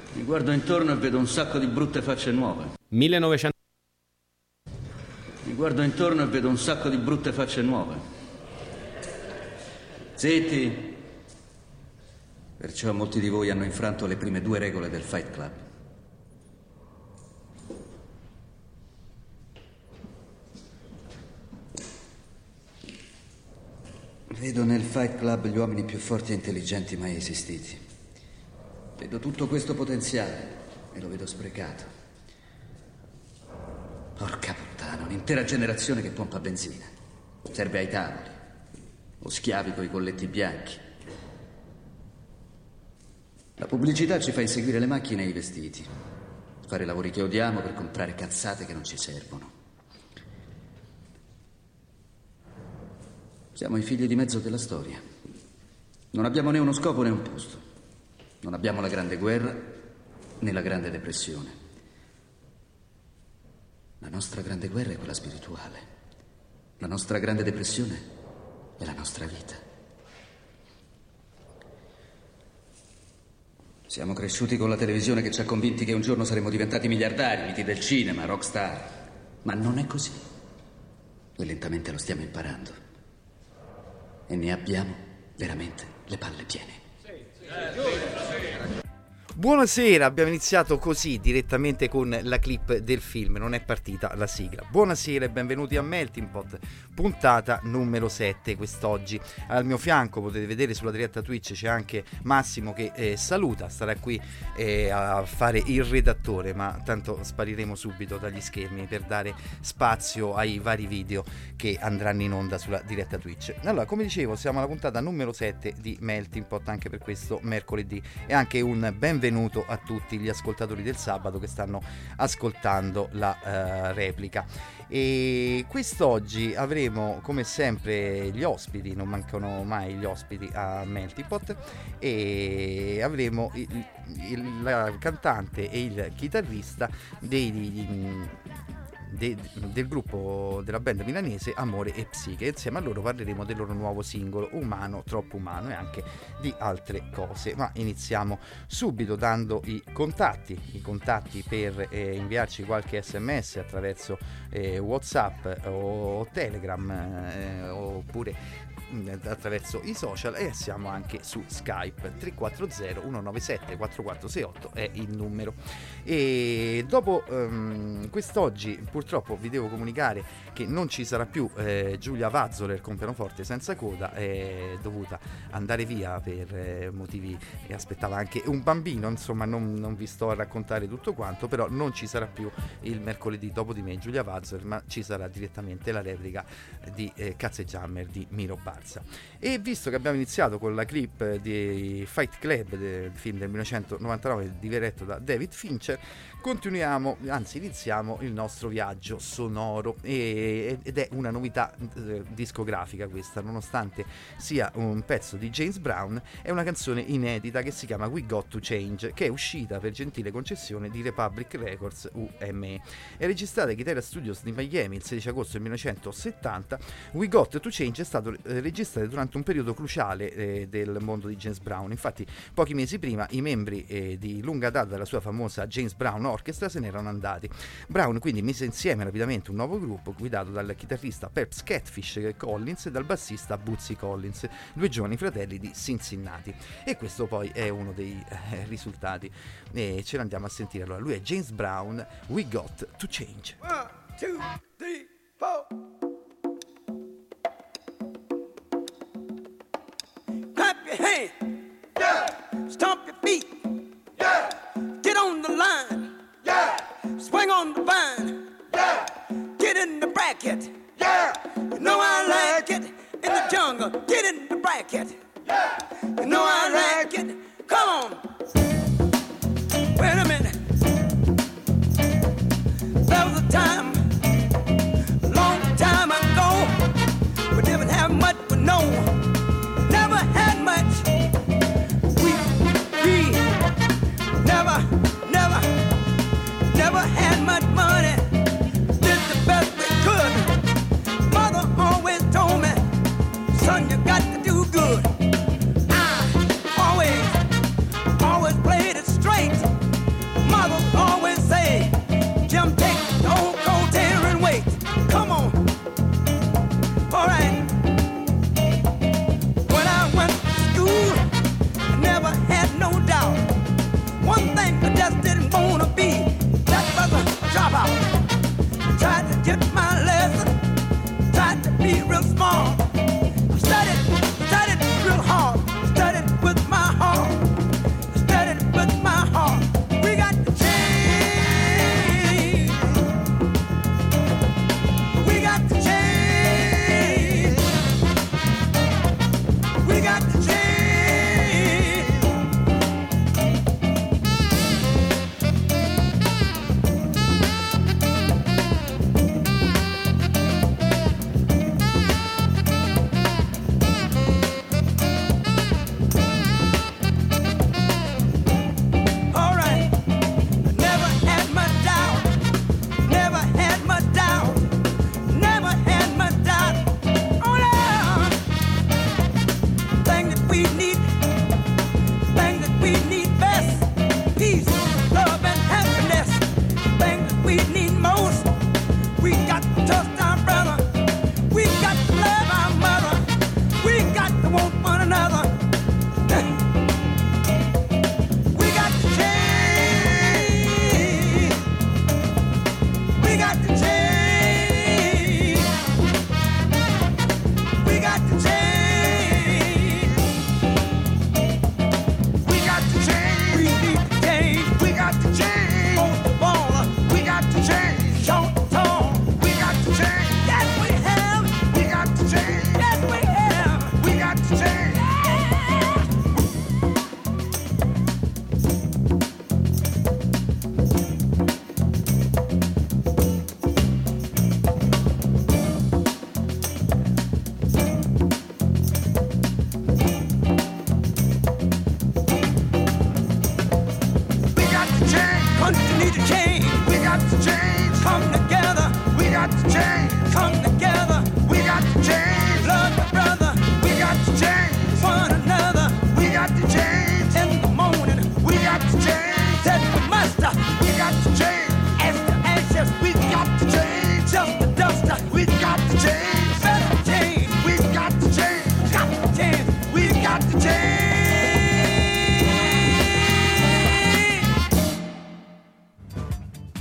Mi guardo intorno e vedo un sacco di brutte facce nuove. 1900. Mi guardo intorno e vedo un sacco di brutte facce nuove. Zitti. Perciò molti di voi hanno infranto le prime 2 regole del Fight Club. Vedo nel Fight Club gli uomini più forti e intelligenti mai esistiti. Vedo tutto questo potenziale e lo vedo sprecato. Porca puttana, un'intera generazione che pompa benzina. Serve ai tavoli. O schiavi coi colletti bianchi. La pubblicità ci fa inseguire le macchine e i vestiti. Fare lavori che odiamo per comprare cazzate che non ci servono. Siamo i figli di mezzo della storia. Non abbiamo né uno scopo né un posto. Non abbiamo la Grande Guerra né la Grande Depressione. La nostra Grande Guerra è quella spirituale. La nostra Grande Depressione è la nostra vita. Siamo cresciuti con la televisione che ci ha convinti che un giorno saremmo diventati miliardari, miti del cinema, rockstar. Ma non è così. E lentamente lo stiamo imparando. E ne abbiamo veramente le palle piene. Buonasera, abbiamo iniziato così direttamente con la clip del film, non è partita la sigla. Buonasera e benvenuti a Melting Pot, puntata numero 7 quest'oggi. Al mio fianco potete vedere sulla diretta Twitch c'è anche Massimo che saluta, starà qui a fare il redattore, ma tanto spariremo subito dagli schermi per dare spazio ai vari video che andranno in onda sulla diretta Twitch. Allora, come dicevo, siamo alla puntata numero 7 di Melting Pot anche per questo mercoledì e anche un benvenuto a tutti gli ascoltatori del sabato che stanno ascoltando la replica. E quest'oggi avremo come sempre gli ospiti, non mancano mai gli ospiti a Melting Pot, e avremo la cantante e il chitarrista del gruppo della band milanese Amore e Psiche. Insieme a loro parleremo del loro nuovo singolo Umano troppo umano e anche di altre cose, ma iniziamo subito dando i contatti per inviarci qualche sms attraverso WhatsApp o Telegram oppure attraverso i social, e siamo anche su Skype. 340 197 4468 è il numero. E dopo quest'oggi purtroppo vi devo comunicare che non ci sarà più Giulia Vazzoler con pianoforte senza coda, è dovuta andare via per motivi, e aspettava anche un bambino, insomma non vi sto a raccontare tutto quanto, però non ci sarà più il mercoledì dopo di me Giulia Vazzoler, ma ci sarà direttamente la replica di Cazze Jammer di Miro Barza. E visto che abbiamo iniziato con la clip di Fight Club, del film del 1999 diretto da David Fincher, iniziamo il nostro viaggio sonoro ed è una novità discografica questa, nonostante sia un pezzo di James Brown. È una canzone inedita che si chiama We Got to Change, che è uscita per gentile concessione di Republic Records UME. È registrata ai Guitar Studios di Miami il 16 agosto del 1970. We Got to Change è stato registrato durante un periodo cruciale del mondo di James Brown. Infatti pochi mesi prima i membri di lunga data della sua famosa James Brown Orchestra se ne erano andati. Brown quindi mise insieme rapidamente un nuovo gruppo guidato dal chitarrista Peps Catfish Collins e dal bassista Bootsy Collins, 2 giovani fratelli di Cincinnati, e questo poi è uno dei risultati, e ce l'andiamo a sentire. Allora, lui è James Brown, We Got to Change. 1, 2, 3, 4. Clap your hands, yeah. Stomp your feet, yeah. Get on the line, yeah. Swing on the vine, yeah. Get in the bracket, yeah. You know I like it. In the jungle, get in the bracket, yeah. You know I like it. Come on. Wait a minute. There was a time, a long time ago, we didn't have much, but no, never had much. We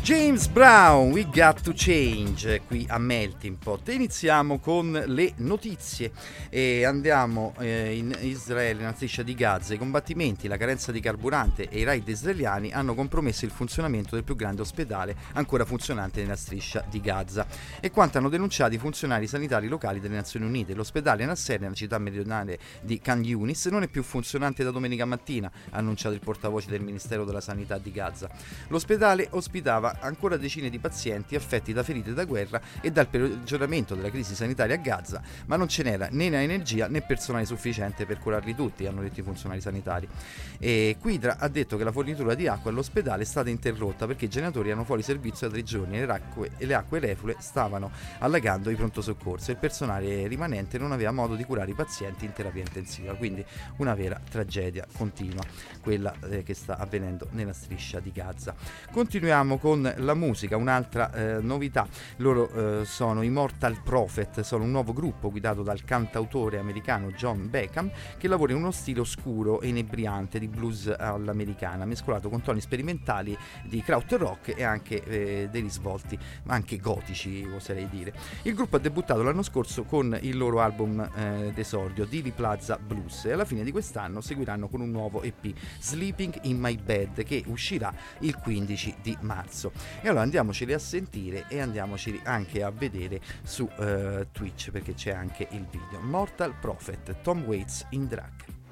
James Brown, We Got to Change, qui a Melting Pot. Iniziamo con le notizie e andiamo in Israele, nella striscia di Gaza. I combattimenti, la carenza di carburante e i raid israeliani hanno compromesso il funzionamento del più grande ospedale ancora funzionante nella striscia di Gaza. E quanto hanno denunciato i funzionari sanitari locali delle Nazioni Unite, l'ospedale Nasser, nella città meridionale di Khan Yunis, non è più funzionante da domenica mattina, ha annunciato il portavoce del Ministero della Sanità di Gaza. L'ospedale ospitava ancora decine di pazienti affetti da ferite da guerra e dal peggioramento della crisi sanitaria a Gaza, ma non ce n'era né energia né personale sufficiente per curarli tutti, hanno detto i funzionari sanitari. E Quidra ha detto che la fornitura di acqua all'ospedale è stata interrotta perché i generatori erano fuori servizio da 3 giorni e le acque reflue stavano allagando i pronto soccorso e il personale rimanente non aveva modo di curare i pazienti in terapia intensiva, quindi una vera tragedia continua quella che sta avvenendo nella striscia di Gaza. Continuiamo con la musica, un'altra novità. Loro sono i Mortal Prophet, sono un nuovo gruppo guidato dal cantautore americano John Beckham, che lavora in uno stile oscuro e inebriante di blues all'americana, mescolato con toni sperimentali di krautrock e anche dei risvolti anche gotici, oserei dire. Il gruppo ha debuttato l'anno scorso con il loro album d'esordio Dili Plaza Blues e alla fine di quest'anno seguiranno con un nuovo EP, Sleeping in My Bed, che uscirà il 15 di marzo. E allora andiamoceli a sentire e andiamoceli anche a vedere su Twitch, perché c'è anche il video. Mortal Prophet, Tom Waits in drag.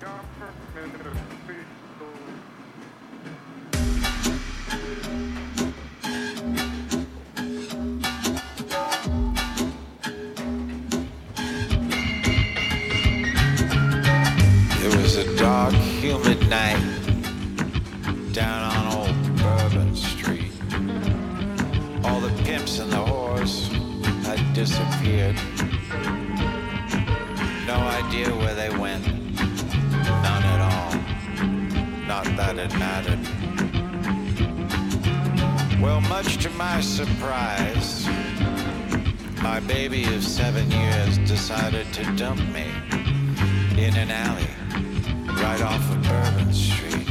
It was a dark, humid night down on old Bourbon Street. All the pimps and the whores had disappeared. No idea where they went, none at all. Not that it mattered. Well, much to my surprise, my baby of 7 years decided to dump me in an alley right off of Bourbon Street.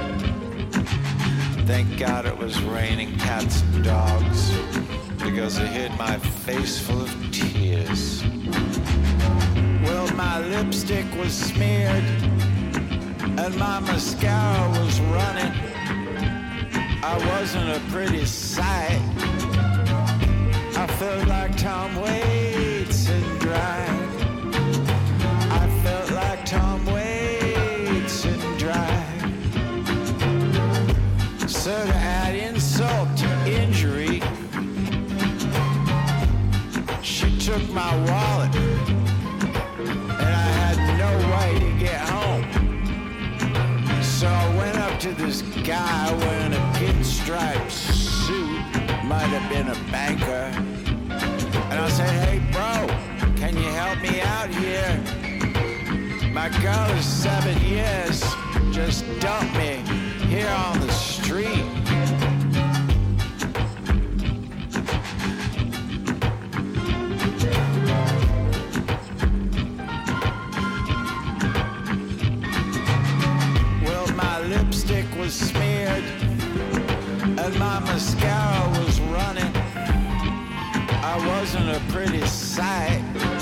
Thank God it was raining cats and dogs, because it hid my face full of tears. Well, my lipstick was smeared and my mascara was running. I wasn't a pretty sight. I felt like Tom Waits in drag. I felt like Tom Waits in drag. So to add insult to injury, she took my wallet and I had no way to get home. So I went up to this guy wearing a pinstripe suit, might have been a banker, and I said, "Hey bro, can you help me out here? My girl is 7 years, just dump me here on the street." Well, my lipstick was smeared and my mascara was running. I wasn't a pretty sight.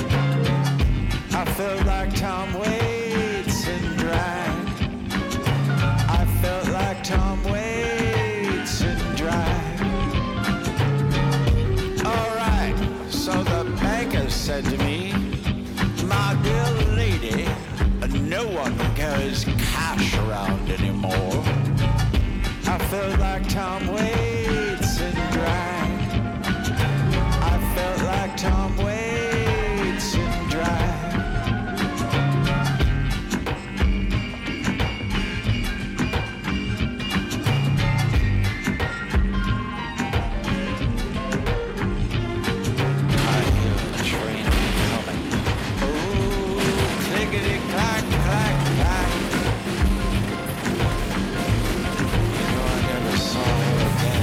I felt like Tom Waits in drag. I felt like Tom Waits in drag. Alright, so the banker said to me, "My dear lady, no one carries cash around anymore." I felt like Tom Waits in drag. I felt like Tom Waits in drag. Saw her again.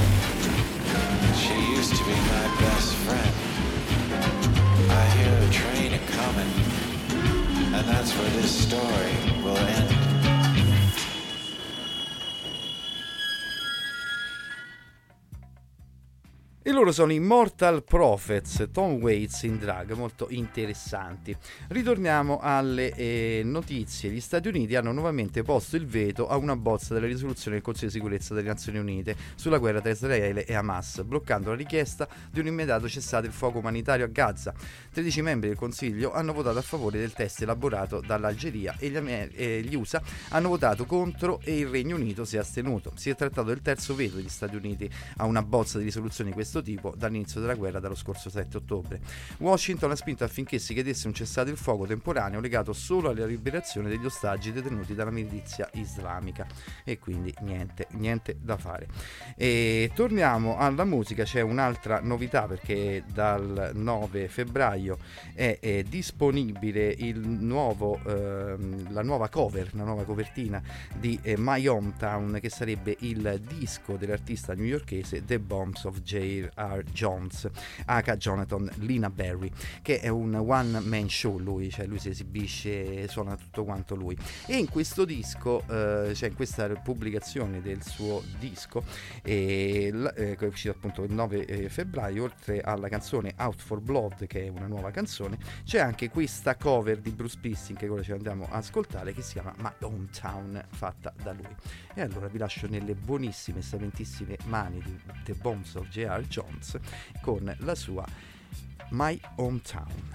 E loro sono i Mortal Prophets, Tom Waits in drag, molto interessanti. Ritorniamo alle notizie. Gli Stati Uniti hanno nuovamente posto il veto a una bozza della risoluzione del Consiglio di sicurezza delle Nazioni Unite sulla guerra tra Israele e Hamas, bloccando la richiesta di un immediato cessate il fuoco umanitario a Gaza. 13 membri del Consiglio hanno votato a favore del testo elaborato dall'Algeria e gli USA hanno votato contro e il Regno Unito si è astenuto. Si è trattato del terzo veto degli Stati Uniti a una bozza di risoluzione di questo tipo dall'inizio della guerra dallo scorso 7 ottobre. Washington ha spinto affinché si chiedesse un cessate il fuoco temporaneo legato solo alla liberazione degli ostaggi detenuti dalla milizia islamica e quindi niente da fare. E torniamo alla musica. C'è un'altra novità, perché dal 9 febbraio è disponibile la nuova copertina di My Hometown, che sarebbe il disco dell'artista newyorkese The Bombs of J.R. Jones, aka Jonathan Linaberry, che è un one man show. Lui si esibisce, suona tutto quanto lui, e in questo disco in questa pubblicazione del suo disco che è uscito appunto il 9 febbraio, oltre alla canzone Out for Blood, che è una nuova canzone, c'è anche questa cover di Bruce Springsteen, che ora ci andiamo a ascoltare, che si chiama My Hometown, fatta da lui. E allora vi lascio nelle buonissime e sapientissime mani di The Bombs of J.R. Jones con la sua My Hometown.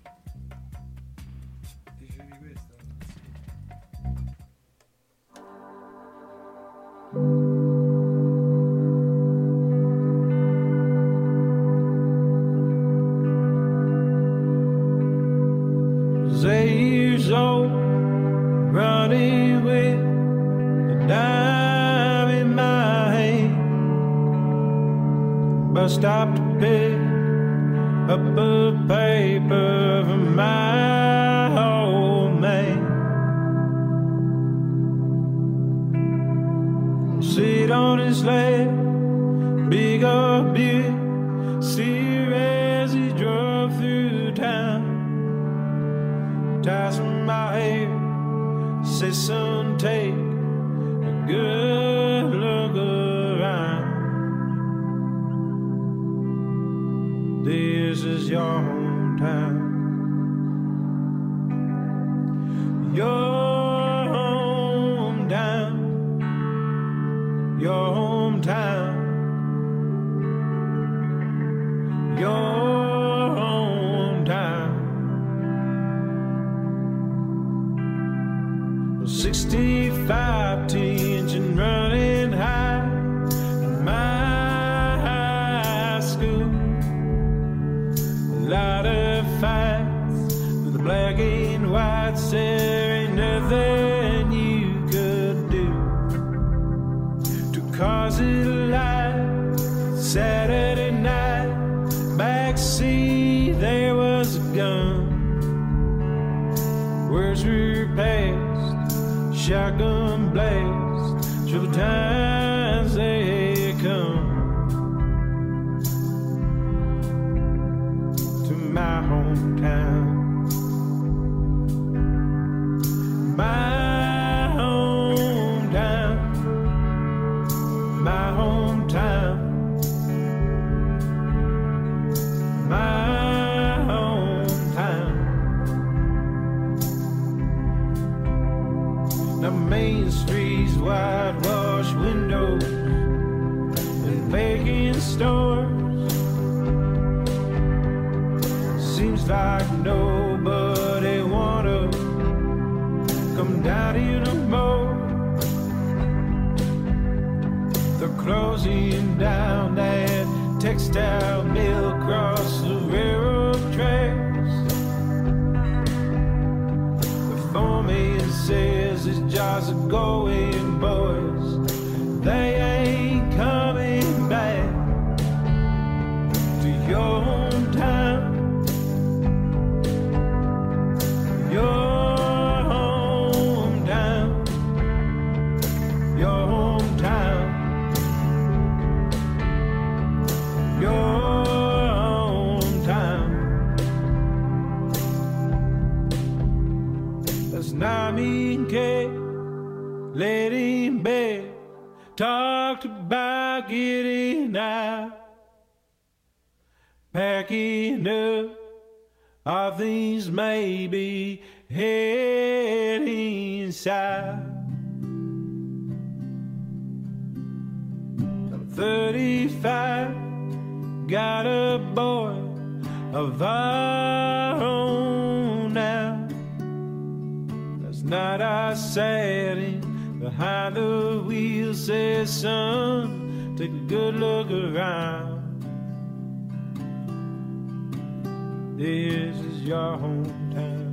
Years old, running with a dime in my hand, but stopped to pick up a paper from my old man. Sit on his lap, big old beer, steer as he drove through town. Ties from my hair, say son, take a good look around. This is your hometown. Your hometown. Your hometown. Your 65 teens and running high in my high school. A lot of fights with the black and white. There ain't nothing you could do to cause it alive. Saturday night, backseat there was a gun. Words were passed, shotgun blast, trouble times they come to my hometown. My hometown, my hometown, my hometown. Now Main Street's whitewashed windows and vacant stores. Seems like nobody wanna come down here no more. They're closing down that textile mill across the railroad tracks. The foreman says his jobs are going, boys. They ain't coming back to your hometown. Your laid in bed, talked about getting out. packing up, our things may be heading south. 35, got a boy of our own now. Last night I sat in behind the wheel, said, son, take a good look around. This is your hometown.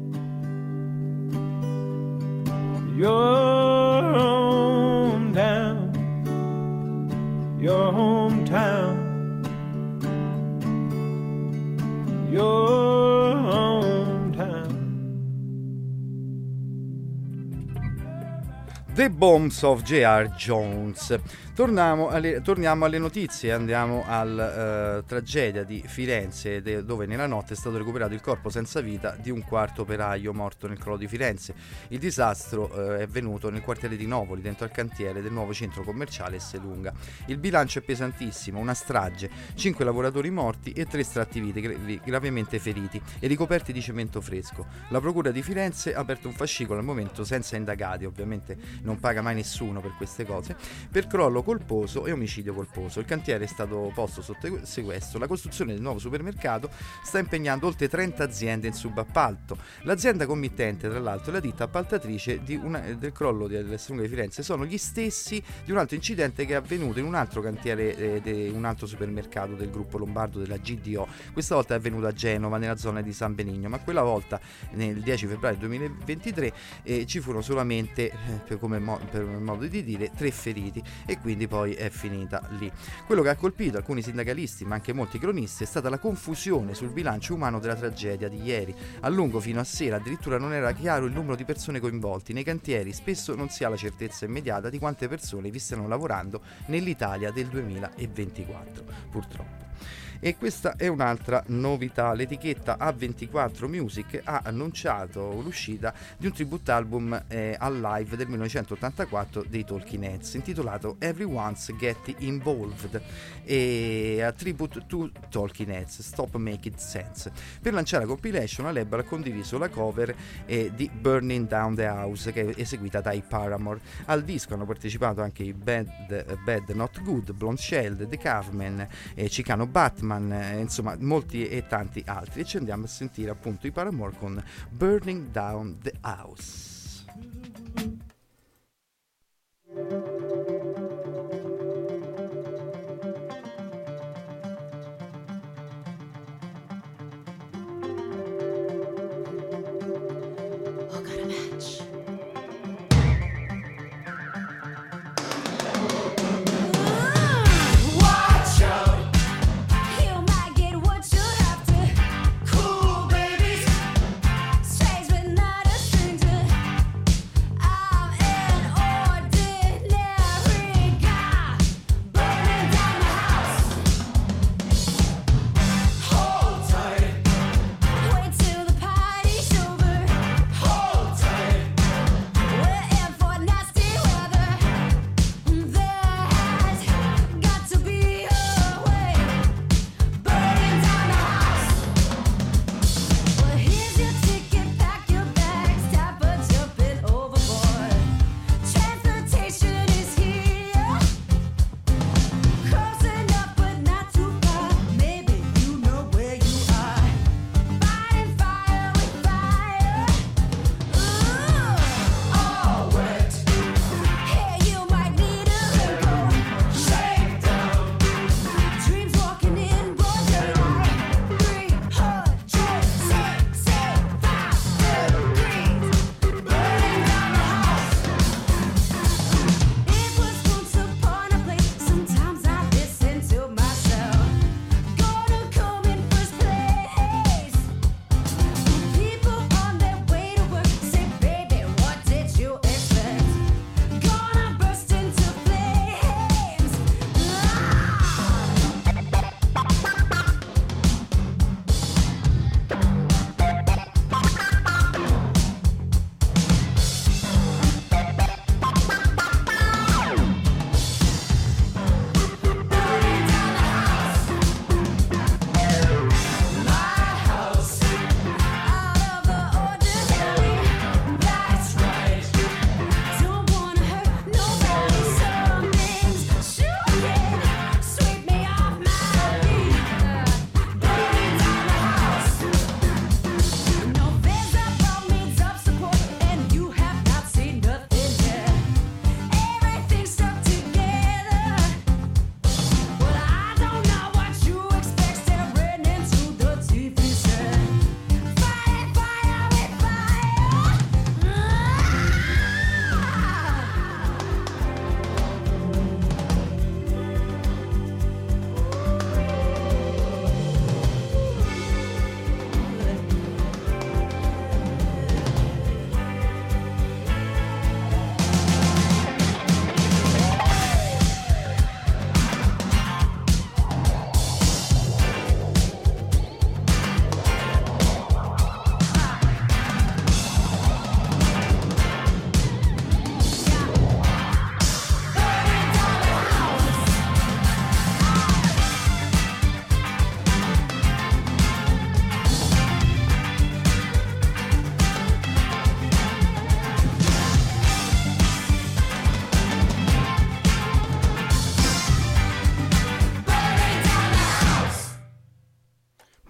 Your hometown. Your hometown. Your hometown. The Bombs of J.R. Jones. Torniamo alle notizie, andiamo alla tragedia di Firenze, dove nella notte è stato recuperato il corpo senza vita di un quarto operaio morto nel crollo di Firenze. Il disastro è avvenuto nel quartiere di Novoli, dentro al cantiere del nuovo centro commerciale Esselunga. Il bilancio è pesantissimo, una strage, 5 lavoratori morti e 3 strattiviti gravemente feriti e ricoperti di cemento fresco. La procura di Firenze ha aperto un fascicolo al momento senza indagati, ovviamente non paga mai nessuno per queste cose, per crollo colposo e omicidio colposo. Il cantiere è stato posto sotto sequestro. La costruzione del nuovo supermercato sta impegnando oltre 30 aziende in subappalto. L'azienda committente, tra l'altro, e la ditta appaltatrice del crollo dell'Esselunga di Firenze sono gli stessi di un altro incidente che è avvenuto in un altro cantiere di un altro supermercato del gruppo lombardo della GDO. Questa volta è avvenuto a Genova, nella zona di San Benigno, ma quella volta nel 10 febbraio 2023 ci furono solamente, per modo di dire, 3 feriti e quindi poi è finita lì. Quello che ha colpito alcuni sindacalisti ma anche molti cronisti è stata la confusione sul bilancio umano della tragedia di ieri. A lungo fino a sera addirittura non era chiaro il numero di persone coinvolti. Nei cantieri spesso non si ha la certezza immediata di quante persone vi stiano lavorando nell'Italia del 2024, purtroppo. E questa è un'altra novità: l'etichetta A24 Music ha annunciato l'uscita di un tribute album al live del 1984 dei Talking Heads, intitolato Everyone's Getting Involved, e a tribute to Talking Heads, Stop Making Sense. Per lanciare la compilation, la label ha condiviso la cover di Burning Down the House, che è eseguita dai Paramore. Al disco hanno partecipato anche i Bad Not Good, Blonde Shell, The Cavemen, Chicano Batman, insomma molti e tanti altri, e ci andiamo a sentire appunto i Paramore con Burning Down the House. Cool babies, stays but not a stranger.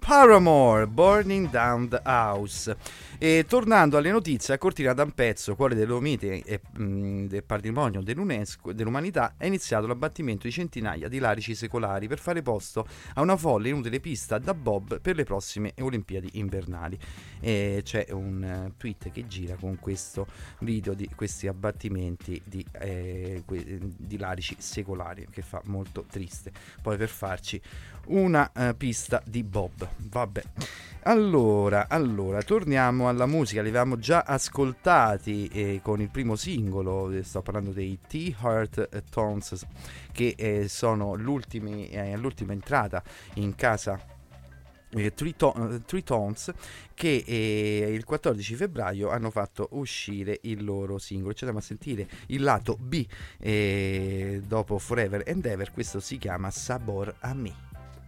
Paramore, Burning Down the House. E tornando alle notizie, a Cortina d'Ampezzo, cuore delle mite e del patrimonio dell'UNESCO dell'umanità, è iniziato l'abbattimento di centinaia di larici secolari per fare posto a una folle inutile pista da bob per le prossime Olimpiadi invernali. E c'è un tweet che gira con questo video di questi abbattimenti di larici secolari, che fa molto triste. Poi per farci una pista di bob. Vabbè. Allora, torniamo alla musica. Li avevamo già ascoltati con il primo singolo. Sto parlando dei T-Heart Tones, che sono l'ultima entrata in casa Three Tones, che il 14 febbraio hanno fatto uscire il loro singolo. Ci andiamo a sentire il lato B dopo Forever and Ever. Questo si chiama Sabor a Me.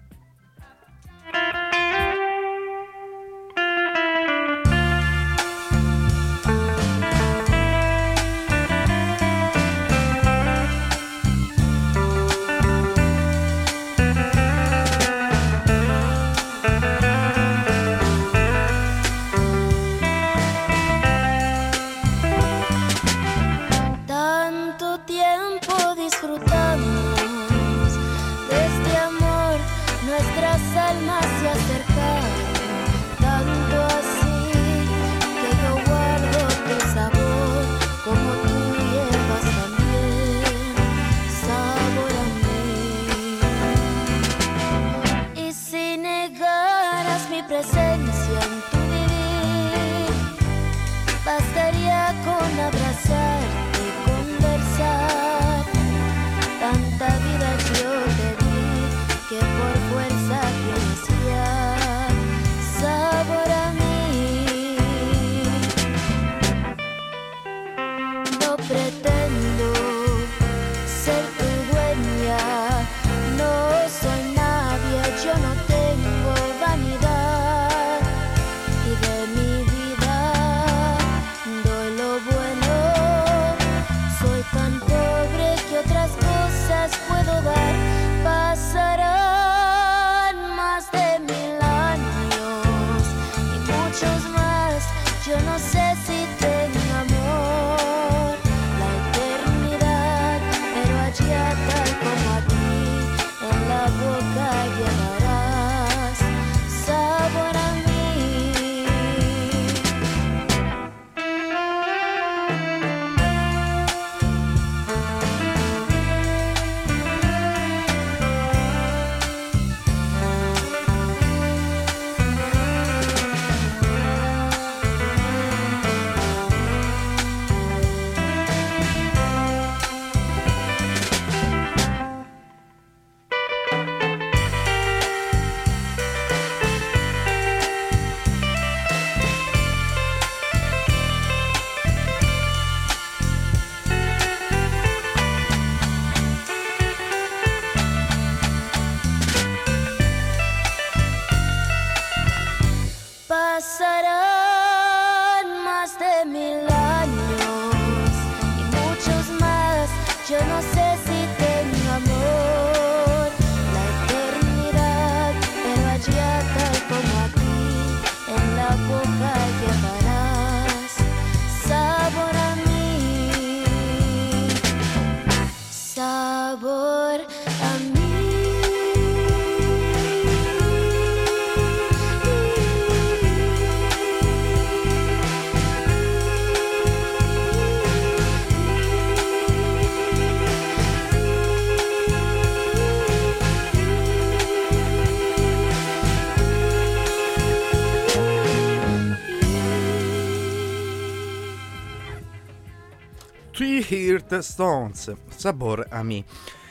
T-Heart Stones, Sabor a Me.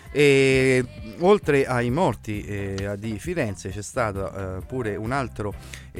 E oltre ai morti di Firenze c'è stato pure un altro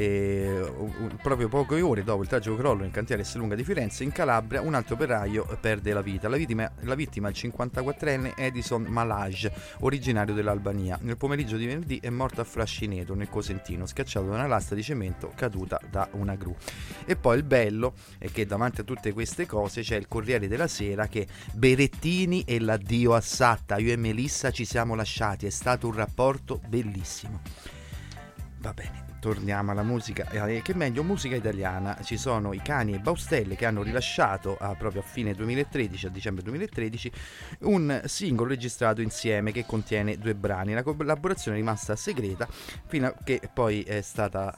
proprio poche ore dopo il tragico crollo nel cantiere Esselunga di Firenze, in Calabria un altro operaio perde la vita. La vittima il 54enne Edison Malaj, originario dell'Albania. Nel pomeriggio di venerdì è morto a Frascineto nel Cosentino, schiacciato da una lastra di cemento caduta da una gru. E poi il bello è che davanti a tutte queste cose c'è il Corriere della Sera che Berettini e l'addio a Satta, io e Melissa ci siamo lasciati, è stato un rapporto bellissimo. Va bene, torniamo alla musica, che meglio musica italiana. Ci sono i Cani e Baustelle che hanno rilasciato proprio a fine 2013, a dicembre 2013, un singolo registrato insieme che contiene 2 brani. La collaborazione è rimasta segreta fino a che poi è stata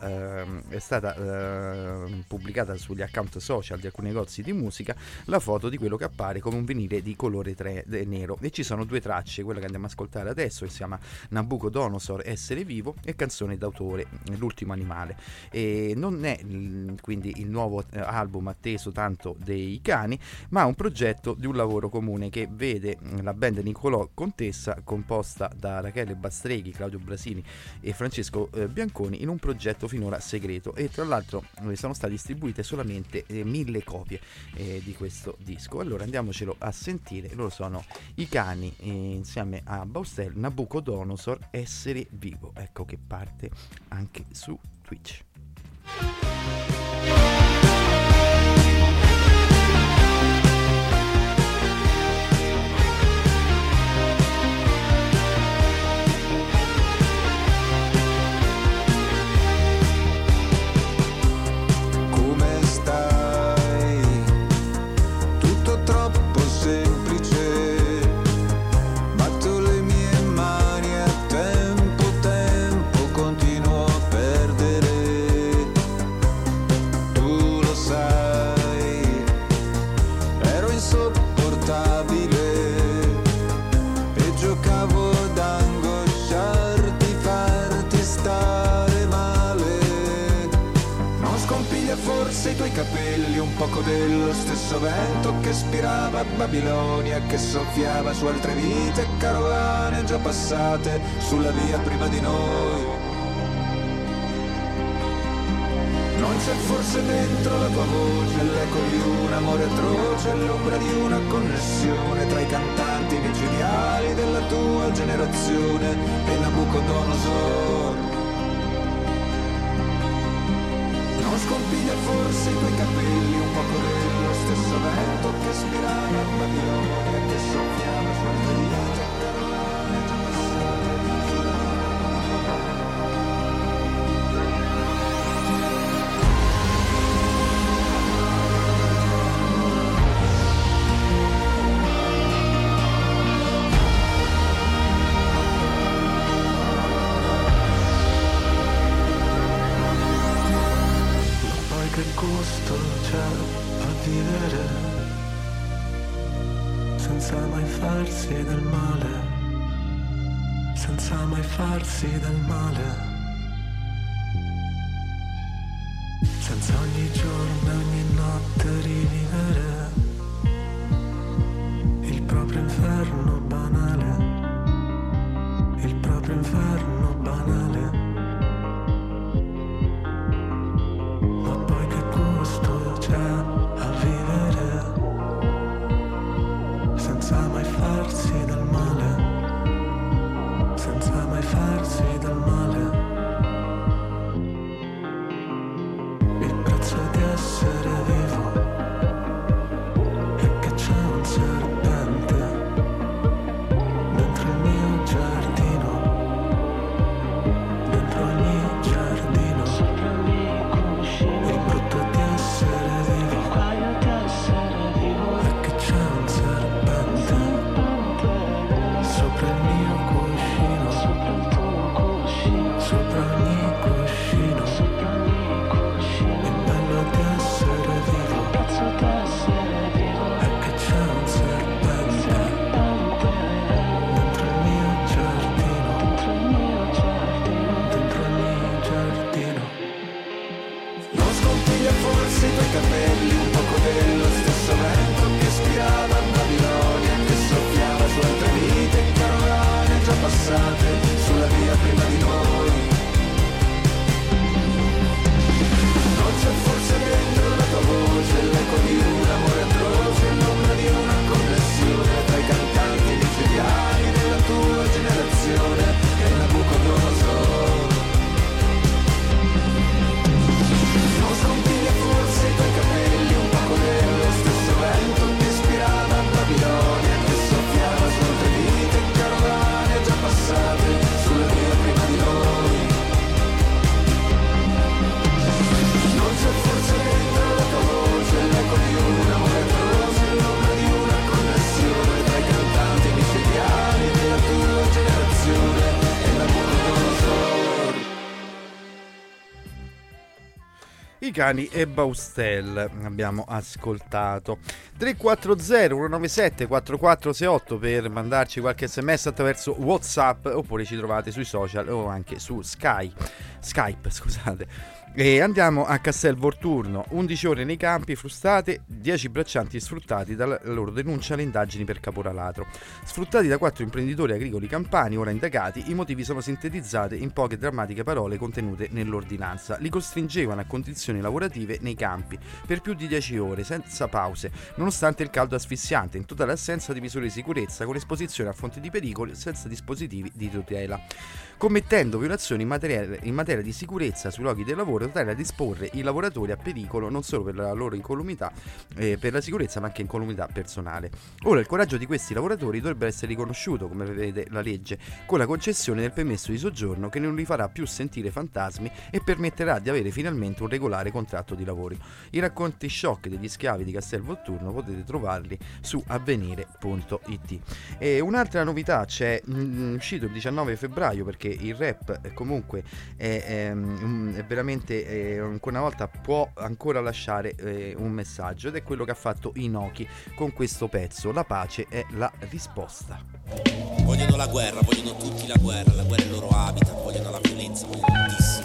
pubblicata sugli account social di alcuni negozi di musica la foto di quello che appare come un vinile di colore nero, e ci sono 2 tracce, quella che andiamo a ascoltare adesso che si chiama Nabucodonosor, Essere vivo, e canzone d'autore L'ultimo animale. E non è quindi il nuovo album atteso tanto dei Cani, ma un progetto di un lavoro comune che vede la band Nicolò Contessa, composta da Rachele Bastreghi, Claudio Brasini e Francesco Bianconi, in un progetto finora segreto, e tra l'altro sono state distribuite solamente 1000 copie di questo disco. Allora andiamocelo a sentire. Loro sono i Cani insieme a Baustelle, Nabucodonosor, Essere vivo. Ecco che parte anche su Twitch. Come stai? Tutto troppo semplice. Batto le mie mani a tempo, continuo a perdere. Tu lo sai, ero insopportabile e giocavo ad angosciarti, farti stare male. Non scompiglia forse i tuoi capelli un poco dello stesso vento che spirava a Babilonia, che soffiava su altre vite, carovane già passate sulla via prima di noi. Non c'è forse dentro la tua voce l'eco di un amore atroce, l'ombra di una connessione tra i cantanti micidiali della tua generazione e Nabucodonosor. Non scompiglia forse i tuoi capelli un poco dello stesso vento che spirava a Babilonia, che soffiava su altre vite, carovane già passate sulla che gusto c'è a vivere senza mai farsi del male, senza mai farsi del male, senza ogni giorno e ogni notte rivivere il proprio inferno banale, il proprio inferno banale. Senza mai farsi del male, senza mai farsi del male. Il prezzo di essere vivo è che c'è un serpente I Cani e Baustelle abbiamo ascoltato. 340 197 4468 per mandarci qualche sms attraverso WhatsApp, oppure ci trovate sui social o anche su Skype, scusate. E andiamo a Castel Volturno. 11 ore nei campi, frustate, 10 braccianti sfruttati. Dalla loro denuncia alle indagini per caporalato. Sfruttati da 4 imprenditori agricoli campani, ora indagati. I motivi sono sintetizzati in poche drammatiche parole contenute nell'ordinanza. Li costringevano a condizioni lavorative nei campi per più di 10 ore, senza pause, nonostante il caldo asfissiante, in totale assenza di misure di sicurezza, con esposizione a fonti di pericoli, senza dispositivi di tutela, commettendo violazioni in materia di sicurezza sui luoghi di lavoro, tale a disporre i lavoratori a pericolo non solo per la loro incolumità, per la sicurezza, ma anche incolumità personale. Ora il coraggio di questi lavoratori dovrebbe essere riconosciuto, come prevede la legge, con la concessione del permesso di soggiorno, che non li farà più sentire fantasmi e permetterà di avere finalmente un regolare contratto di lavoro. I racconti shock degli schiavi di Castel Volturno potete trovarli su avvenire.it. E un'altra novità c'è, uscito il 19 febbraio, perché il rap comunque è veramente ancora una volta può ancora lasciare un messaggio, ed è quello che ha fatto Inoki con questo pezzo. La pace è la risposta. Vogliono la guerra, vogliono tutti la guerra è il loro habitat, vogliono la violenza, vogliono tantissimo.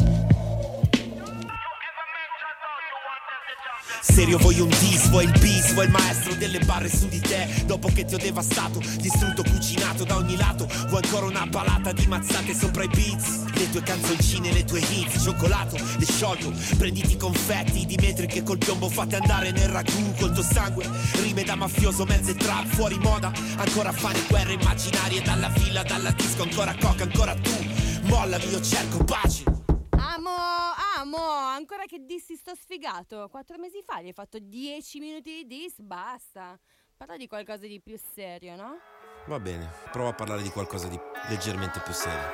Serio vuoi un dis, vuoi il bis, vuoi il maestro delle barre su di te. Dopo che ti ho devastato, distrutto, cucinato da ogni lato, vuoi ancora una palata di mazzate sopra i beats. Le tue canzoncine, le tue hits, cioccolato, le sciolto. Prenditi i confetti di metri che col piombo fate andare nel ragù. Col tuo sangue, rime da mafioso, mezze trap, fuori moda. Ancora fare guerre immaginarie, dalla villa, dalla disco, ancora coca, ancora tu. Mollami, io cerco pace. Amo, ancora che dissi sto sfigato. 4 mesi fa gli hai fatto 10 minuti di diss, basta. Parla di qualcosa di più serio, no? Va bene, prova a parlare di qualcosa di leggermente più serio.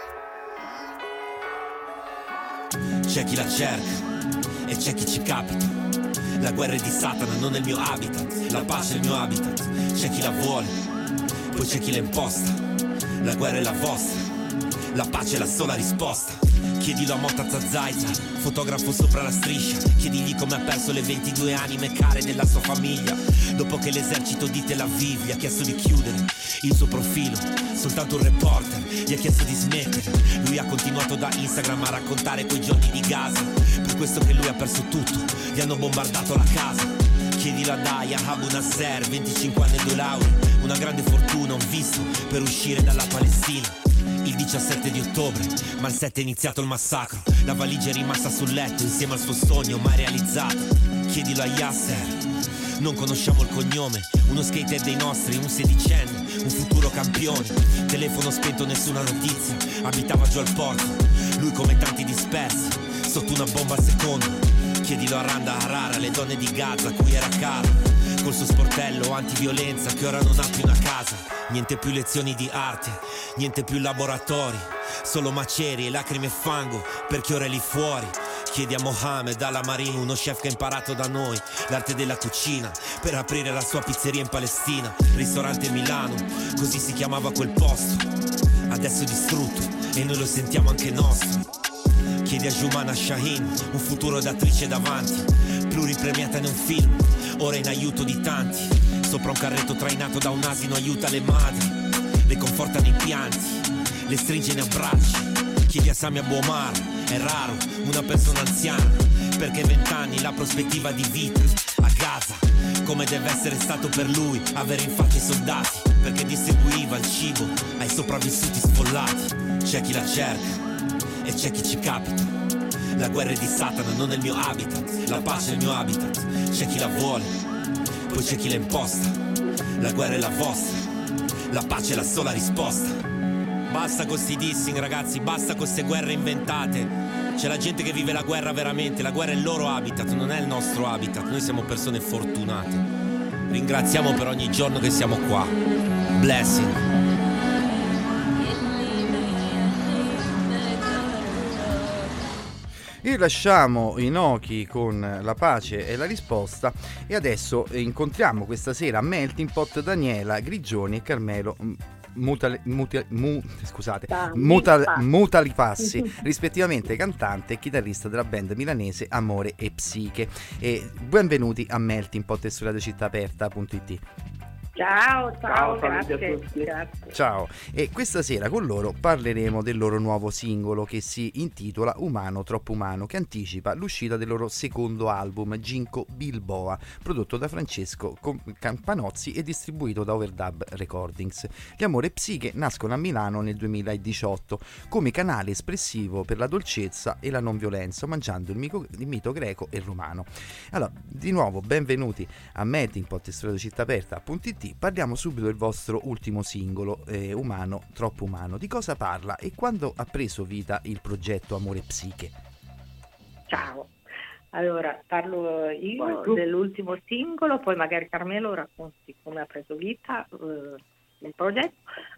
C'è chi la cerca e c'è chi ci capita. La guerra è di Satana, non è il mio habitat. La pace è il mio habitat. C'è chi la vuole, poi c'è chi la imposta. La guerra è la vostra, la pace è la sola risposta. Chiedilo a Motta Zazzaita, fotografo sopra la striscia. Chiedigli come ha perso le 22 anime care della sua famiglia. Dopo che l'esercito di Tel Aviv gli ha chiesto di chiudere il suo profilo, soltanto un reporter gli ha chiesto di smettere. Lui ha continuato da Instagram a raccontare quei giorni di Gaza. Per questo che lui ha perso tutto, gli hanno bombardato la casa. Chiedilo a Daya Abu Nasser, 25 anni e 2 lauree. Una grande fortuna, un visto per uscire dalla Palestina. Il 17 di ottobre, ma il 7 è iniziato il massacro. La valigia è rimasta sul letto insieme al suo sogno mai realizzato. Chiedilo a Yasser, non conosciamo il cognome. Uno skater dei nostri, un sedicenne, un futuro campione. Telefono spento, nessuna notizia, abitava giù al porto. Lui come tanti dispersi, sotto una bomba al secondo. Chiedilo a Randa Harara, le donne di Gaza a cui era caro. Col suo sportello antiviolenza che ora non ha più una casa. Niente più lezioni di arte, niente più laboratori, solo macerie, lacrime e fango per chi ora è lì fuori. Chiedi a Mohammed Al-Amarin, uno chef che ha imparato da noi l'arte della cucina per aprire la sua pizzeria in Palestina. Ristorante Milano, così si chiamava quel posto, adesso è distrutto e noi lo sentiamo anche nostro. Chiedi a Jumana Shahin, un futuro d'attrice davanti, pluripremiata in un film, ora in aiuto di tanti. Sopra un carretto trainato da un asino aiuta le madri, le conforta nei pianti, le stringe in abbracci. Chiedi a Sami Abu Omar, è raro una persona anziana, perché 20 anni la prospettiva di vita a Gaza, come deve essere stato per lui avere in faccia i soldati, perché distribuiva il cibo ai sopravvissuti sfollati. C'è chi la cerca e c'è chi ci capita. La guerra è di Satana, non è il mio habitat. La pace è il mio habitat. C'è chi la vuole, poi c'è chi la imposta. La guerra è la vostra, la pace è la sola risposta. Basta con sti dissing, ragazzi, basta con queste guerre inventate. C'è la gente che vive la guerra veramente. La guerra è il loro habitat, non è il nostro habitat. Noi siamo persone fortunate. Ringraziamo per ogni giorno che siamo qua. Blessing. Lasciamo Inoki con La pace e la risposta, e adesso incontriamo questa sera a Melting Pot Daniela Grigioni e Carmelo Mutalipassi, rispettivamente cantante e chitarrista della band milanese Amore e Psiche. E benvenuti a Melting Pot e su radiocittaaperta.it. Ciao, grazie. grazie. Ciao, e questa sera con loro parleremo del loro nuovo singolo che si intitola Umano Troppo Umano, che anticipa l'uscita del loro secondo album Ginkgo Bilboa, prodotto da Francesco Campanozzi e distribuito da Overdub Recordings. Gli Amore Psiche nascono a Milano nel 2018 come canale espressivo per la dolcezza e la non violenza, mangiando il mito greco e romano. Allora, di nuovo benvenuti a Melting Pot e su radiocittaaperta.it. Parliamo subito del vostro ultimo singolo, Umano Troppo Umano. Di cosa parla e quando ha preso vita il progetto Amore Psiche? Ciao, allora parlo io dell'ultimo singolo, poi magari Carmelo racconti come ha preso vita il progetto.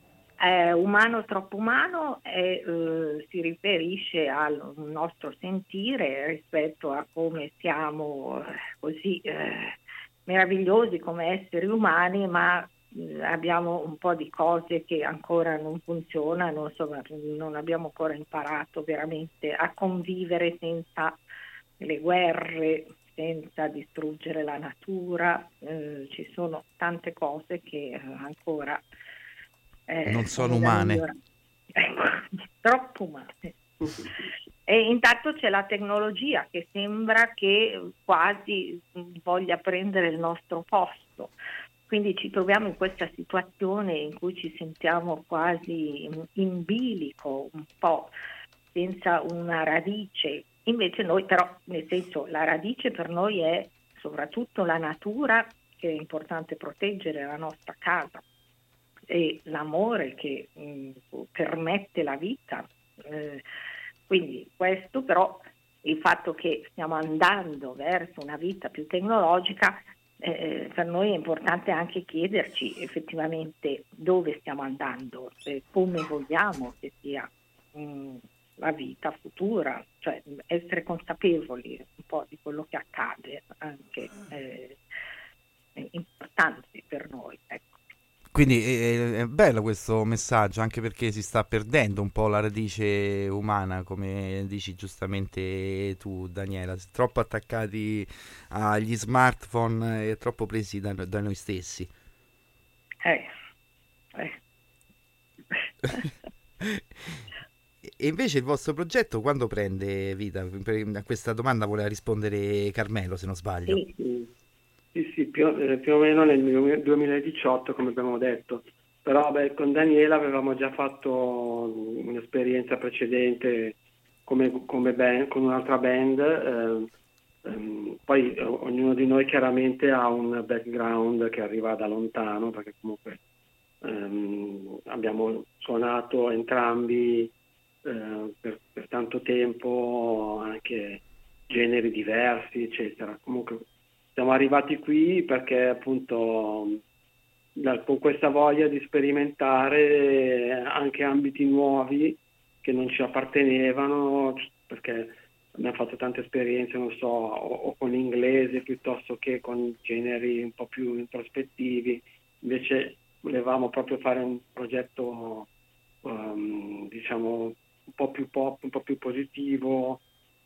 Umano Troppo Umano si riferisce al nostro sentire rispetto a come siamo così meravigliosi come esseri umani, ma abbiamo un po' di cose che ancora non funzionano, insomma non abbiamo ancora imparato veramente a convivere senza le guerre, senza distruggere la natura. Ci sono tante cose che ancora non sono umane. Troppo umane. E intanto c'è la tecnologia che sembra che quasi voglia prendere il nostro posto, quindi ci troviamo in questa situazione in cui ci sentiamo quasi in bilico, un po' senza una radice. Invece noi però, nel senso, la radice per noi è soprattutto la natura, che è importante proteggere, la nostra casa, e l'amore che permette la vita. Quindi questo, però il fatto che stiamo andando verso una vita più tecnologica, per noi è importante anche chiederci effettivamente dove stiamo andando, come vogliamo che sia la vita futura, cioè essere consapevoli un po' di quello che accade, anche è importante per noi, ecco. Quindi è bello questo messaggio, anche perché si sta perdendo un po' la radice umana, come dici giustamente tu, Daniela, troppo attaccati agli smartphone e troppo presi da noi stessi. E invece il vostro progetto quando prende vita? A questa domanda voleva rispondere Carmelo, se non sbaglio. Sì, più o meno nel 2018, come abbiamo detto, però con Daniela avevamo già fatto un'esperienza precedente come band, con un'altra band, poi ognuno di noi chiaramente ha un background che arriva da lontano, perché comunque abbiamo suonato entrambi per tanto tempo, anche generi diversi, eccetera. Comunque siamo arrivati qui perché appunto con questa voglia di sperimentare anche ambiti nuovi che non ci appartenevano, perché abbiamo fatto tante esperienze, non so, o con l'inglese piuttosto che con generi un po' più introspettivi. Invece volevamo proprio fare un progetto diciamo un po' più pop, un po' più positivo.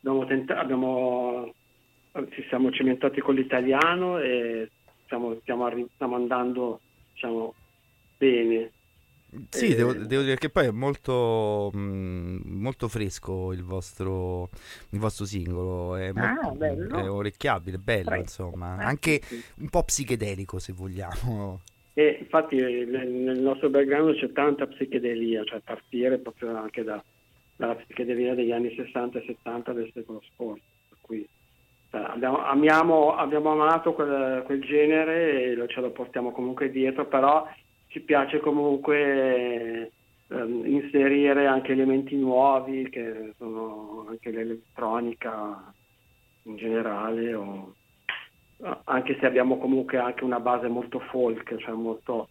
Ci siamo cimentati con l'italiano e stiamo andando, diciamo, bene. Sì, devo dire che poi è molto fresco il vostro singolo, è orecchiabile, bello, insomma, anche un po' psichedelico, se vogliamo. E infatti nel nostro background c'è tanta psichedelia, cioè partire proprio anche dalla psichedelia degli anni 60 e 70 del secolo scorso, per cui abbiamo amato quel genere e ce lo portiamo comunque dietro, però ci piace comunque inserire anche elementi nuovi, che sono anche l'elettronica in generale, anche se abbiamo comunque anche una base molto folk, cioè molto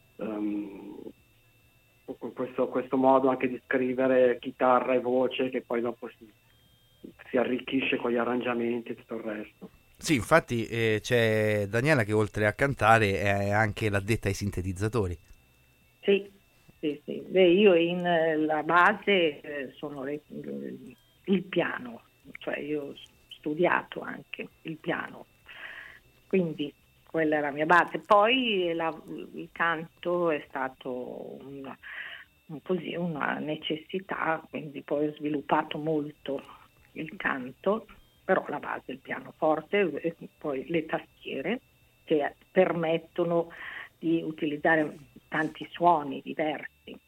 questo modo anche di scrivere chitarra e voce, che poi dopo si arricchisce con gli arrangiamenti e tutto il resto. Sì, infatti c'è Daniela che oltre a cantare è anche l'addetta ai sintetizzatori. Sì, Sì. Beh, io in la base sono il piano, cioè io ho studiato anche il piano, quindi quella è la mia base. Poi il canto è stato una necessità, quindi poi ho sviluppato molto il canto, però la base è il pianoforte e poi le tastiere che permettono di utilizzare tanti suoni diversi.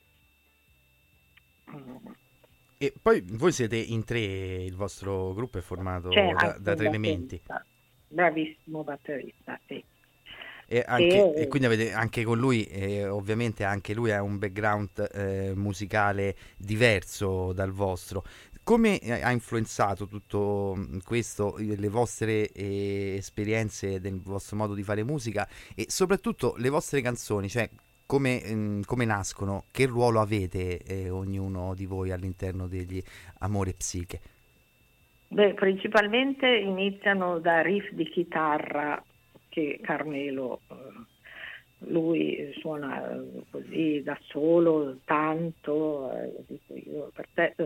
E poi voi siete in 3, il vostro gruppo è formato da 3 elementi. Bravissimo batterista, sì. E quindi avete anche con lui, ovviamente anche lui ha un background musicale diverso dal vostro. Come ha influenzato tutto questo le vostre esperienze del vostro modo di fare musica e soprattutto le vostre canzoni, cioè come nascono, che ruolo avete ognuno di voi all'interno degli Amore Psiche? Beh, principalmente iniziano da riff di chitarra che Carmelo, lui suona così da solo, tanto, dico io per te,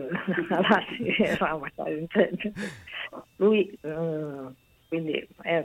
lui quindi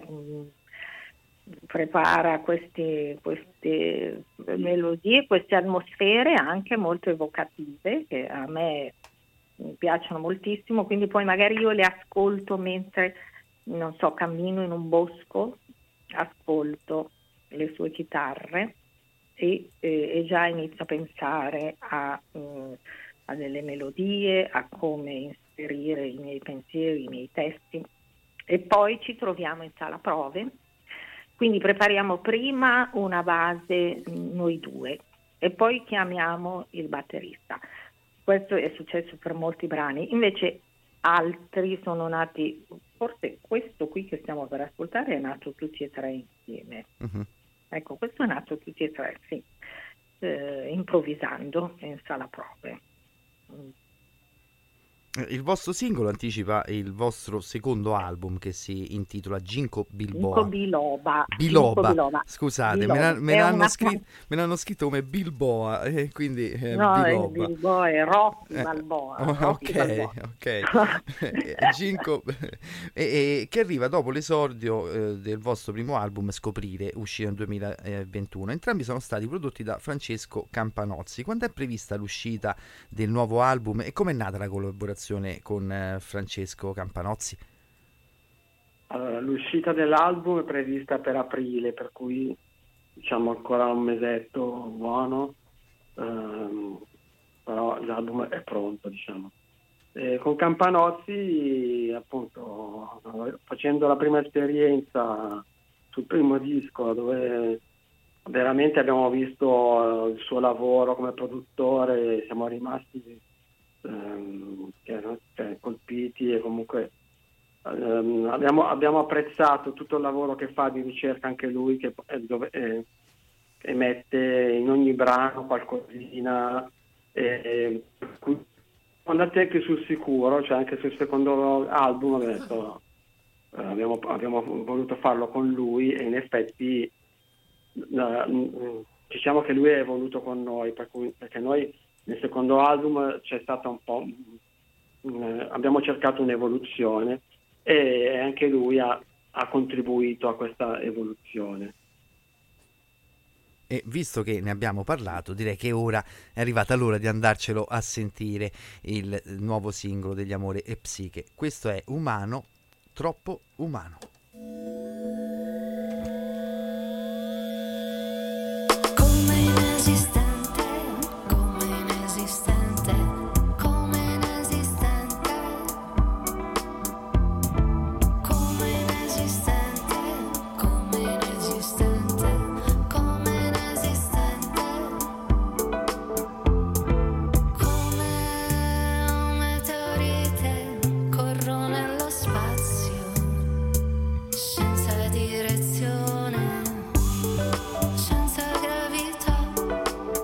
prepara queste melodie, queste atmosfere anche molto evocative che a me piacciono moltissimo, quindi poi magari io le ascolto mentre, non so, cammino in un bosco, ascolto le sue chitarre e già inizio a pensare a delle melodie, a come inserire i miei pensieri, i miei testi, e poi ci troviamo in sala prove, quindi prepariamo prima una base noi due e poi chiamiamo il batterista. Questo è successo per molti brani, invece altri sono nati, forse questo qui che stiamo per ascoltare è nato tutti e 3 insieme. Uh-huh. Ecco, questo è nato tutti e 3, sì, improvvisando in sala prove. Il vostro singolo anticipa il vostro secondo album che si intitola Ginkgo Biloba. Biloba. Scusate, me l'hanno scritto come Bilboa, quindi no, Bilboa è Rocky Balboa. Ok. Ginkgo, che arriva dopo l'esordio del vostro primo album Scoprire, uscito nel 2021. Entrambi sono stati prodotti da Francesco Campanozzi. Quando è prevista l'uscita del nuovo album e com'è nata la collaborazione con Francesco Campanozzi? Allora, l'uscita dell'album è prevista per aprile, per cui diciamo ancora un mesetto buono, però l'album è pronto, diciamo. Con Campanozzi, appunto, facendo la prima esperienza sul primo disco, dove veramente abbiamo visto il suo lavoro come produttore, siamo rimasti colpiti e comunque abbiamo apprezzato tutto il lavoro che fa di ricerca anche lui, che mette in ogni brano qualcosina, andate anche sul sicuro, cioè anche sul secondo album abbiamo voluto farlo con lui e in effetti diciamo che lui è evoluto con noi, perché noi nel secondo album c'è stata un po', abbiamo cercato un'evoluzione e anche lui ha contribuito a questa evoluzione. E visto che ne abbiamo parlato, direi che ora è arrivata l'ora di andarcelo a sentire il nuovo singolo degli Amore e Psiche. Questo è Umano, troppo umano. Senza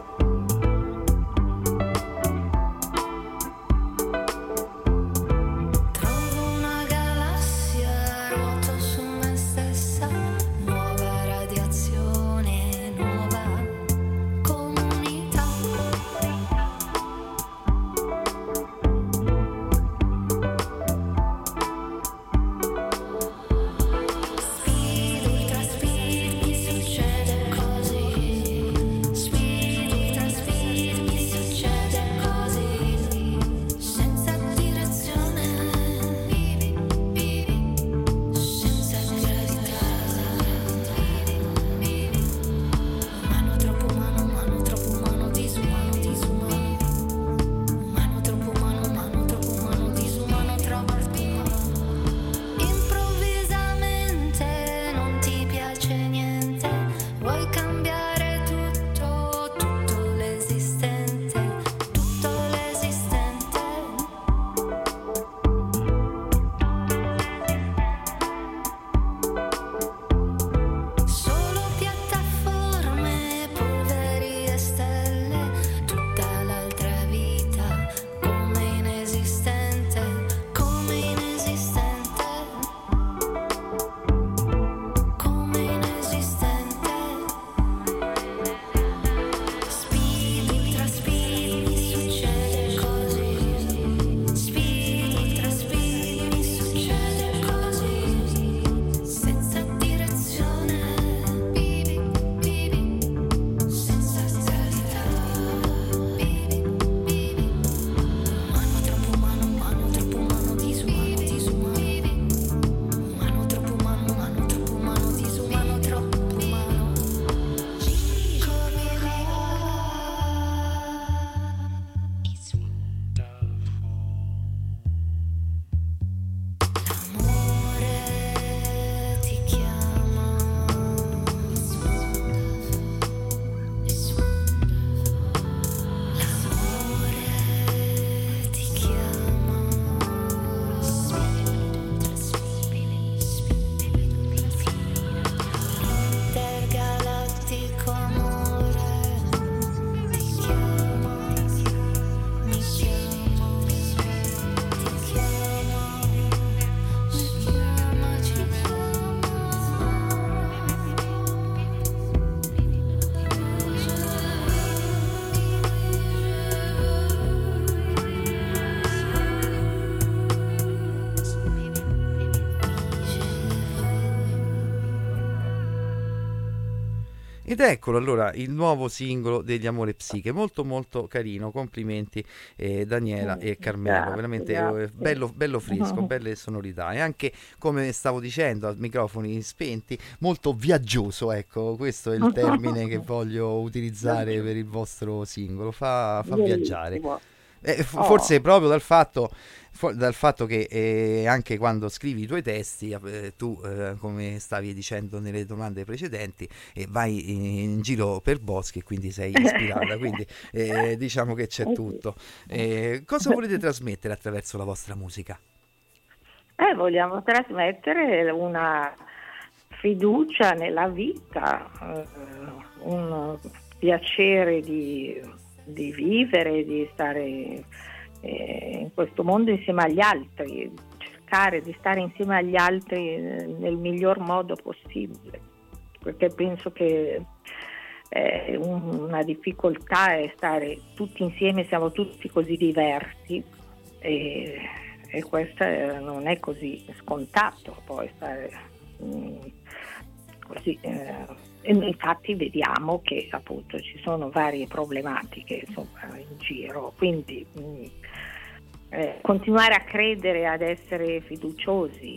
Ed eccolo allora il nuovo singolo degli Amore Psiche, molto molto carino, complimenti Daniela e Carmelo, veramente bello fresco, belle sonorità e anche, come stavo dicendo a microfoni spenti, molto viaggioso, ecco, questo è il termine che voglio utilizzare per il vostro singolo, fa viaggiare. Forse proprio dal fatto che anche quando scrivi i tuoi testi tu come stavi dicendo nelle domande precedenti vai in giro per boschi e quindi sei ispirata, quindi diciamo che c'è tutto. Cosa volete trasmettere attraverso la vostra musica? Vogliamo trasmettere una fiducia nella vita, un piacere di vivere, di stare in questo mondo insieme agli altri, cercare di stare insieme agli altri nel miglior modo possibile, perché penso che una difficoltà è stare tutti insieme, siamo tutti così diversi e questo non è così scontato poi stare così. E infatti vediamo che appunto ci sono varie problematiche insomma in giro, quindi continuare a credere, ad essere fiduciosi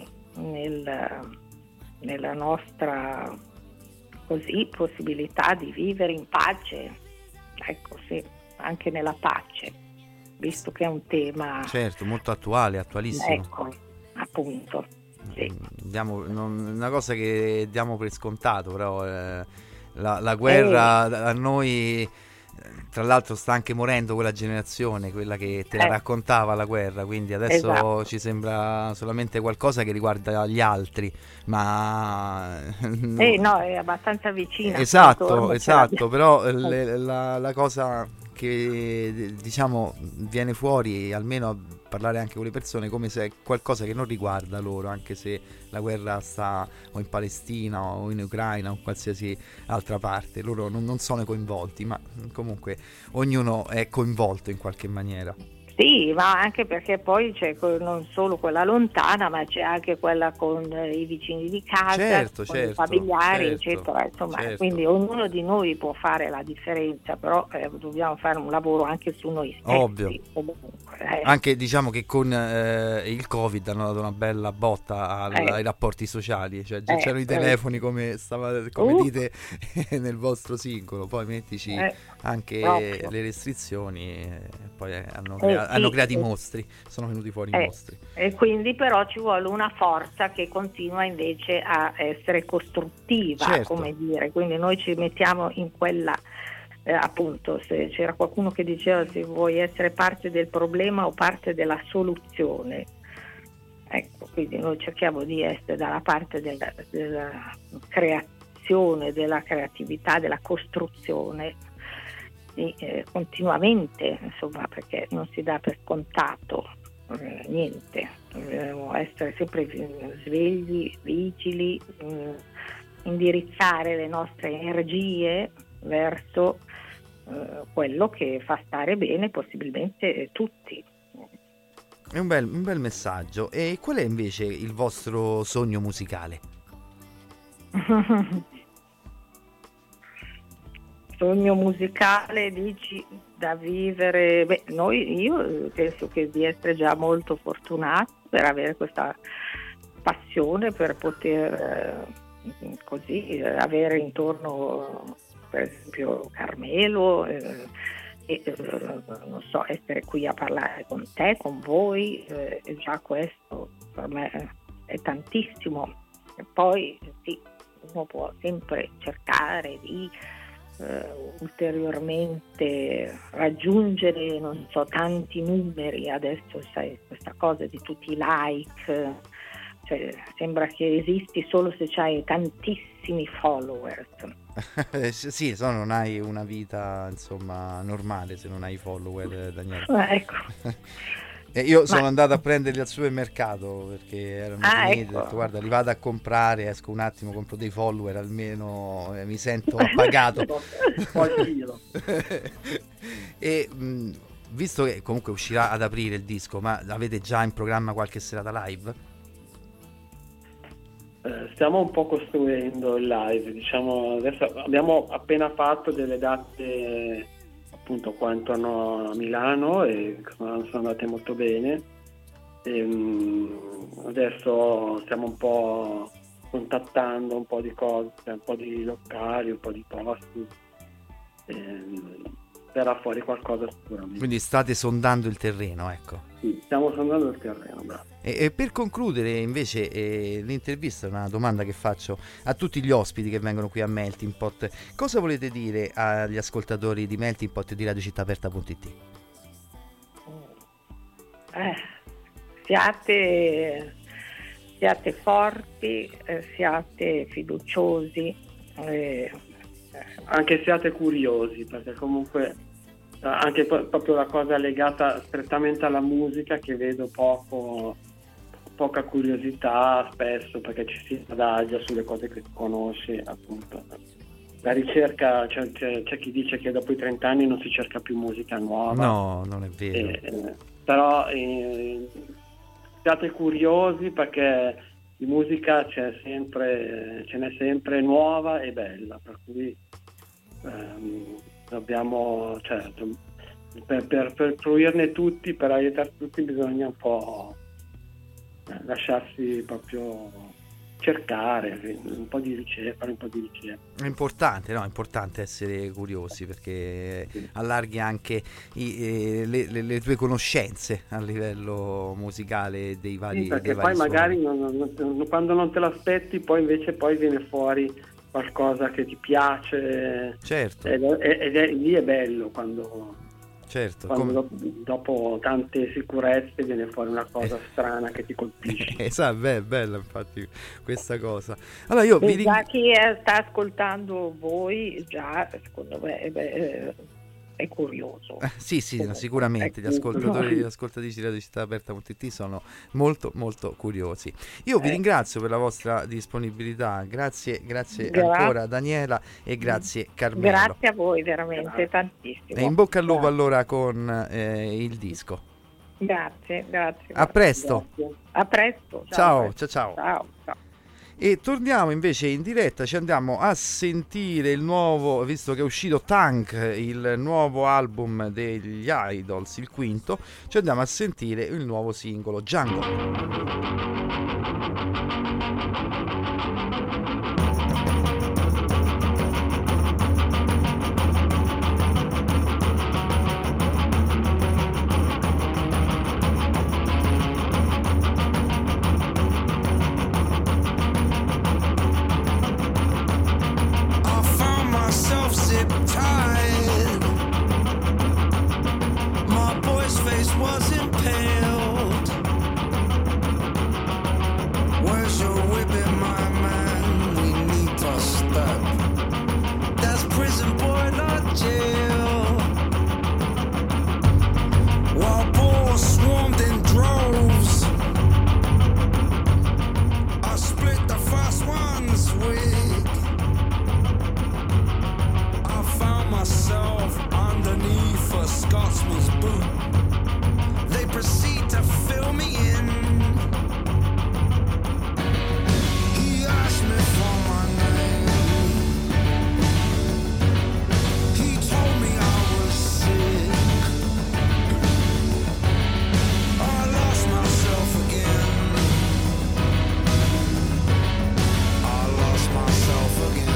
nella nostra così possibilità di vivere in pace, ecco, sì, anche nella pace, visto che è un tema certo molto attuale, attualissimo, ecco, appunto. Sì. Una cosa che diamo per scontato, però la guerra a noi, tra l'altro sta anche morendo quella generazione, quella che te la raccontava la guerra, quindi adesso ci sembra solamente qualcosa che riguarda gli altri, ma no, è abbastanza vicina. Esatto, però la cosa che diciamo viene fuori, almeno a parlare anche con le persone, come se è qualcosa che non riguarda loro, anche se la guerra sta o in Palestina o in Ucraina o in qualsiasi altra parte, loro non sono coinvolti, ma comunque ognuno è coinvolto in qualche maniera. Sì, ma anche perché poi c'è non solo quella lontana, ma c'è anche quella con i vicini di casa, con i familiari, eccetera. Insomma, quindi ognuno di noi può fare la differenza, però dobbiamo fare un lavoro anche su noi stessi. Ovvio. Anche diciamo che con il Covid hanno dato una bella botta ai rapporti sociali, cioè c'erano i telefoni come dite nel vostro singolo, poi mettici anche le restrizioni, poi hanno creato i mostri, sono venuti fuori i mostri. E quindi però ci vuole una forza che continua invece a essere costruttiva, come dire, quindi noi ci mettiamo in quella appunto, se c'era qualcuno che diceva se vuoi essere parte del problema o parte della soluzione, ecco, quindi noi cerchiamo di essere dalla parte della creazione, della creatività, della costruzione continuamente, insomma, perché non si dà per scontato niente, dobbiamo essere sempre svegli, vigili, indirizzare le nostre energie verso quello che fa stare bene possibilmente tutti. È un bel messaggio. E qual è invece il vostro sogno musicale? Sogno musicale, dici, da vivere? Beh, io penso che di essere già molto fortunato per avere questa passione, per poter così avere intorno per esempio Carmelo non so, essere qui a parlare con te, con voi, e già questo per me è tantissimo. E poi sì, uno può sempre cercare di ulteriormente raggiungere, non so, tanti numeri. Adesso sai, questa cosa di tutti i like, cioè sembra che esisti solo se c'hai tantissimi followers. Sì, non hai una vita insomma normale se non hai follower, Daniele. Ecco. Io sono andato a prenderli al supermercato perché erano finiti, ecco. Ho detto guarda, li vado a comprare, esco un attimo, compro dei follower, almeno mi sento appagato. E visto che comunque uscirà ad aprile il disco, ma avete già in programma qualche serata live? stiamo un po' costruendo il live, diciamo. Adesso abbiamo appena fatto delle date appunto qua intorno a Milano e sono andate molto bene. Adesso stiamo un po' contattando un po' di cose, un po' di locali, un po' di posti. Verrà fuori qualcosa sicuramente. Quindi state sondando il terreno, ecco. Sì, stiamo sondando il terreno, bravo. E per concludere invece l'intervista, una domanda che faccio a tutti gli ospiti che vengono qui a Melting Pot: cosa volete dire agli ascoltatori di Melting Pot e di RadioCittàAperta.it? Siate forti, siate fiduciosi, anche siate curiosi, perché comunque anche proprio la cosa legata strettamente alla musica, che vedo poca curiosità spesso, perché ci si adagia sulle cose che si conosce, appunto. La ricerca, c'è chi dice che dopo i 30 anni non si cerca più musica nuova. No, non è vero. Però siate curiosi, perché di musica ce n'è sempre nuova e bella, per cui dobbiamo, certo, per fruirne tutti, per aiutare tutti, bisogna un po' lasciarsi proprio cercare, un po' di ricerca, fare un po' di ricerca. È importante essere curiosi, perché allarghi anche le tue conoscenze a livello musicale dei vari, perché dei poi vari magari quando non te l'aspetti, poi viene fuori qualcosa che ti piace. Certo. Lì è bello quando dopo tante sicurezze viene fuori una cosa strana che ti colpisce. Esatto, è bella infatti questa cosa. Allora io chi sta ascoltando voi già, secondo me è curioso. Sì, sicuramente gli ascoltatori e le ascoltatrici di RadioCittàAperta.it sono molto molto curiosi. Io vi ringrazio per la vostra disponibilità, grazie ancora Daniela, e grazie Carmelo. Grazie a voi veramente tantissimo. E in bocca al lupo allora con il disco. Grazie. A presto. Grazie. A presto. Ciao. Ciao. E torniamo invece in diretta, ci andiamo a sentire il nuovo, visto che è uscito Tank, il nuovo album degli Idols, il quinto, ci andiamo a sentire il nuovo singolo Django. Was impaled. Where's your whipping, my man? We need to stop. That's prison boy, not jail. While boars swarmed in droves, I split the first one's wig. I found myself underneath a Scotsman's boot. They proceed to fill me in. He asked me for my name. He told me I was sick. I lost myself again. I lost myself again.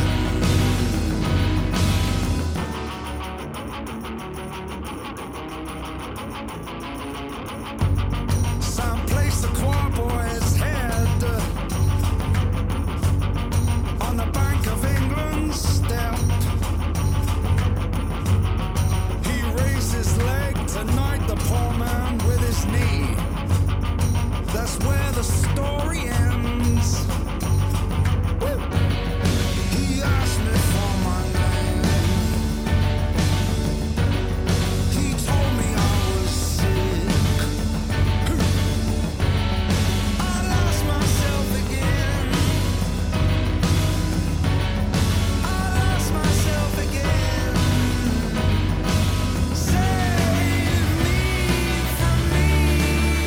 The choir boy's head on the Bank of England step. He raised his leg to knight the poor man with his knee. That's where the story ends. Woo! He asked me for my name. He told me I was sick. Save me from me.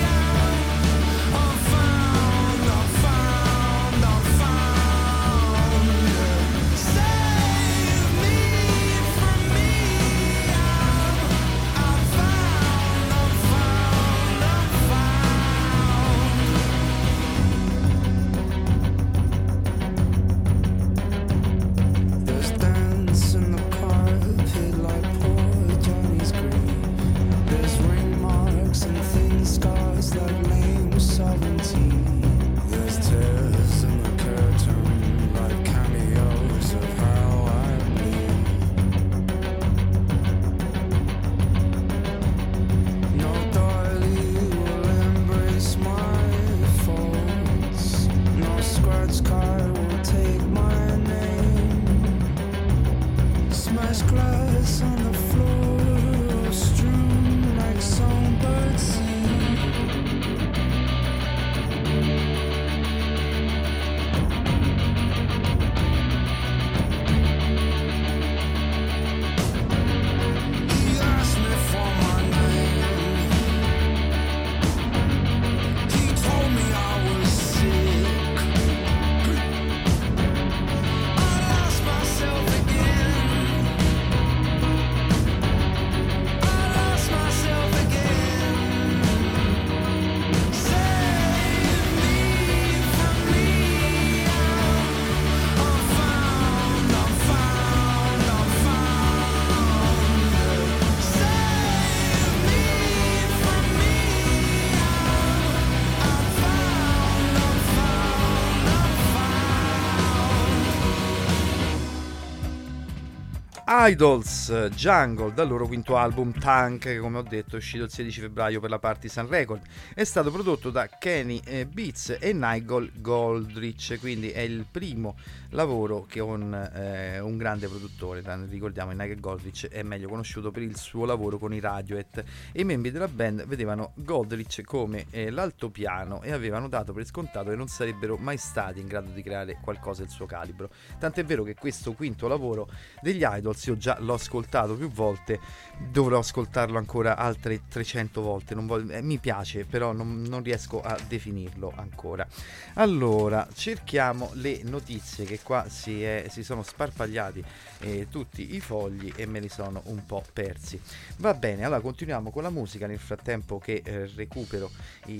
Idols, Jungle, dal loro quinto album Tank, che come ho detto è uscito il 16 febbraio per la Partisan Record. È stato prodotto da Kenny Beats e Nigel Godrich, quindi è il primo lavoro che con un grande produttore. Ricordiamo, Nigel Godrich è meglio conosciuto per il suo lavoro con i Radiohead, e i membri della band vedevano Godrich come l'altopiano e avevano dato per scontato che non sarebbero mai stati in grado di creare qualcosa del suo calibro. Tant'è vero che questo quinto lavoro degli Idols io già l'ho ascoltato più volte, dovrò ascoltarlo ancora altre 300 volte, mi piace, però non riesco a definirlo ancora. Allora, cerchiamo le notizie, che qua si sono sparpagliati tutti i fogli e me li sono un po' persi. Va bene, allora continuiamo con la musica nel frattempo che recupero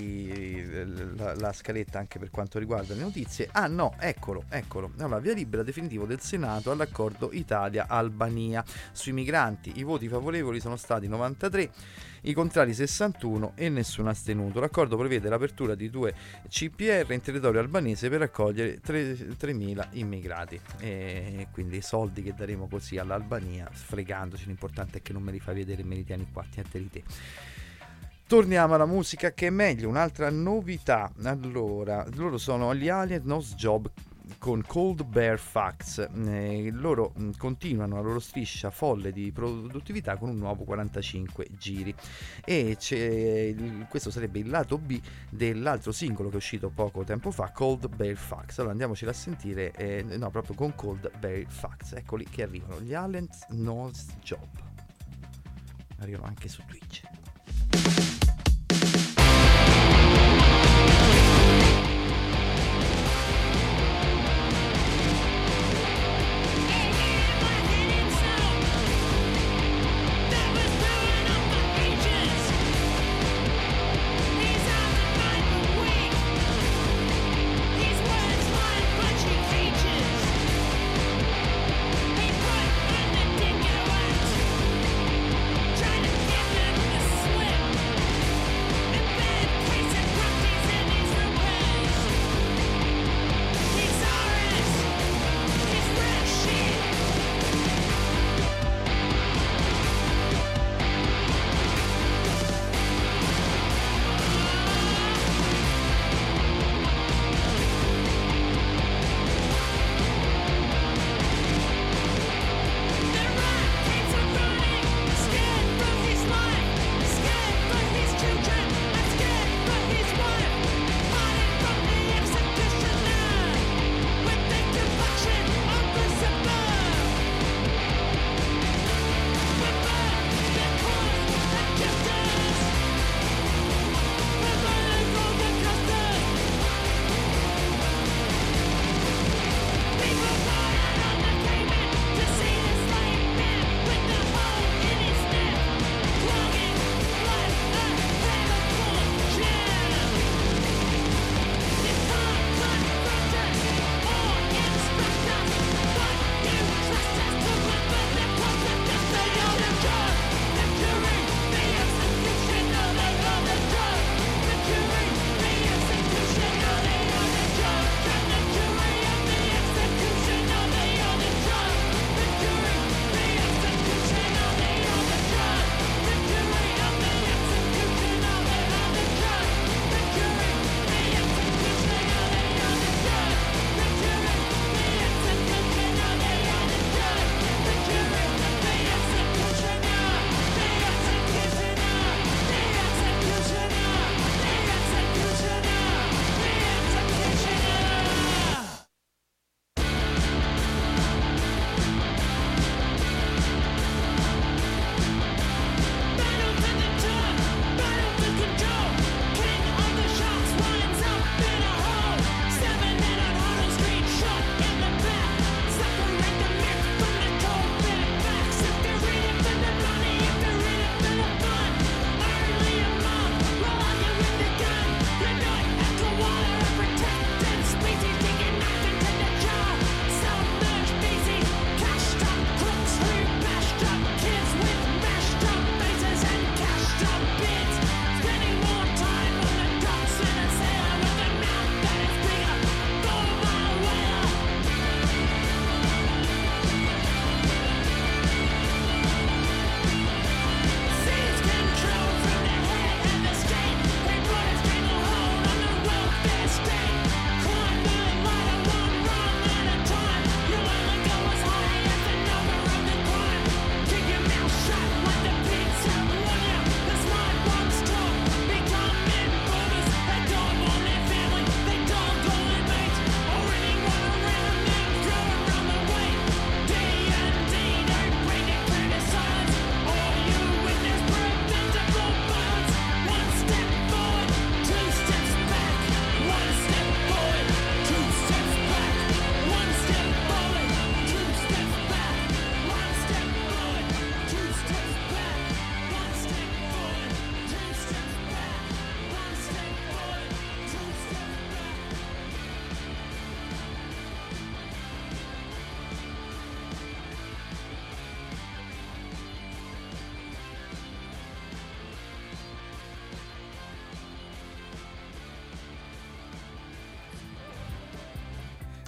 la scaletta anche per quanto riguarda le notizie. Ah no, eccolo. Allora, via libera definitivo del Senato all'accordo Italia-Albania. Sui migranti i voti favorevoli sono stati 93, i contrari 61 e nessuno astenuto. L'accordo prevede l'apertura di 2 CPR in territorio albanese per accogliere 3.000 immigrati, e quindi i soldi che daremo così all'Albania, sfregandoci, l'importante è che non me li fai vedere e me li tieni qua, tieni te. Torniamo alla musica, che è meglio, un'altra novità. Allora, loro sono gli Alien Nose Job con Cold Bear Facts. Loro continuano la loro striscia folle di produttività con un nuovo 45 giri, e questo sarebbe il lato B dell'altro singolo che è uscito poco tempo fa, Cold Bear Facts. Allora andiamocela a sentire, proprio con Cold Bear Facts. Eccoli che arrivano, gli Alien Nose Job, arrivano anche su Twitch. Trying to get them to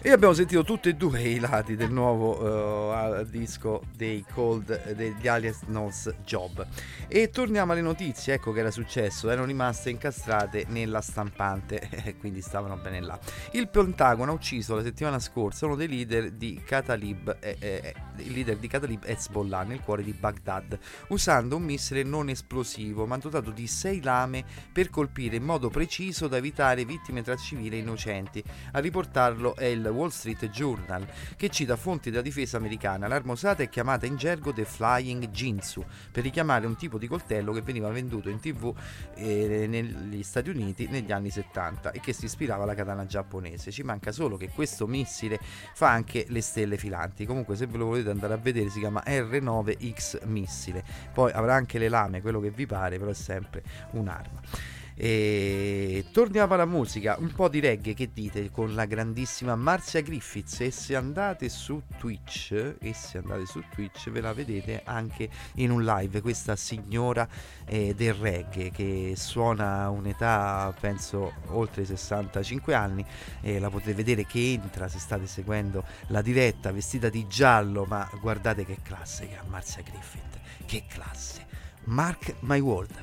E abbiamo sentito tutti e due i lati del nuovo disco degli Alias Nose Job. E torniamo alle notizie. Ecco che era successo, erano rimaste incastrate nella stampante, quindi stavano bene là. Il Pentagono ha ucciso la settimana scorsa uno dei leader di Kataib Hezbollah nel cuore di Baghdad, usando un missile non esplosivo ma dotato di 6 lame per colpire in modo preciso da evitare vittime tra civili e innocenti. A riportarlo è il Wall Street Journal, che cita fonti della difesa americana. L'arma usata è chiamata in gergo The Flying Jinsu, per richiamare un tipo di coltello che veniva venduto in TV negli Stati Uniti negli anni 70 e che si ispirava alla katana giapponese. Ci manca solo che questo missile fa anche le stelle filanti. Comunque, se ve lo volete andare a vedere, si chiama R9X missile. Poi avrà anche le lame, quello che vi pare, però è sempre un'arma. E torniamo alla musica, un po' di reggae, che dite, con la grandissima Marcia Griffiths. E se andate su Twitch ve la vedete anche in un live, questa signora del reggae che suona a un'età penso oltre i 65 anni, la potete vedere che entra, se state seguendo la diretta, vestita di giallo, ma guardate che classe che ha Marcia Griffith, che classe. Mark my word.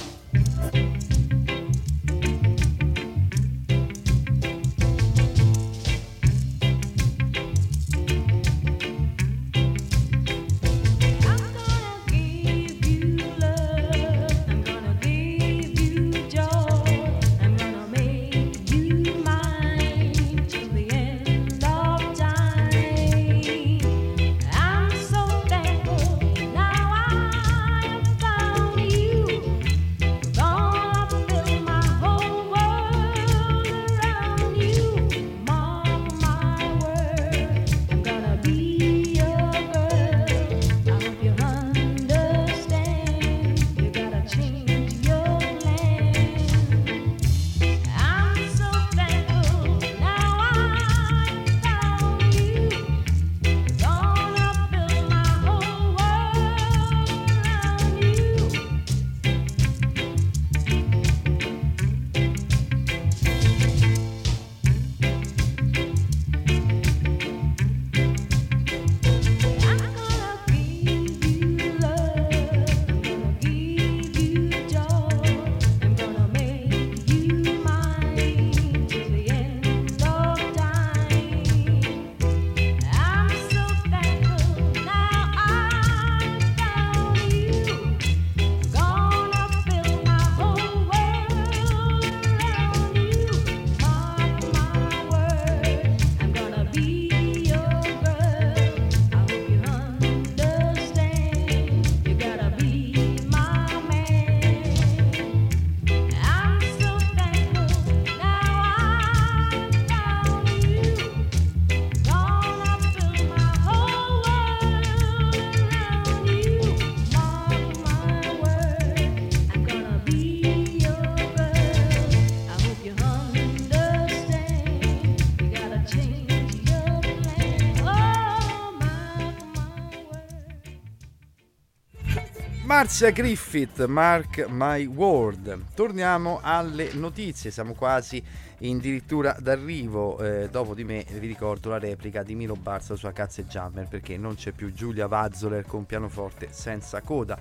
Marcia Griffith, Mark my word. Torniamo alle notizie, siamo quasi addirittura d'arrivo. Dopo di me vi ricordo la replica di Milo Barza su Cazze Jammer, perché non c'è più Giulia Vazzoler con pianoforte senza coda.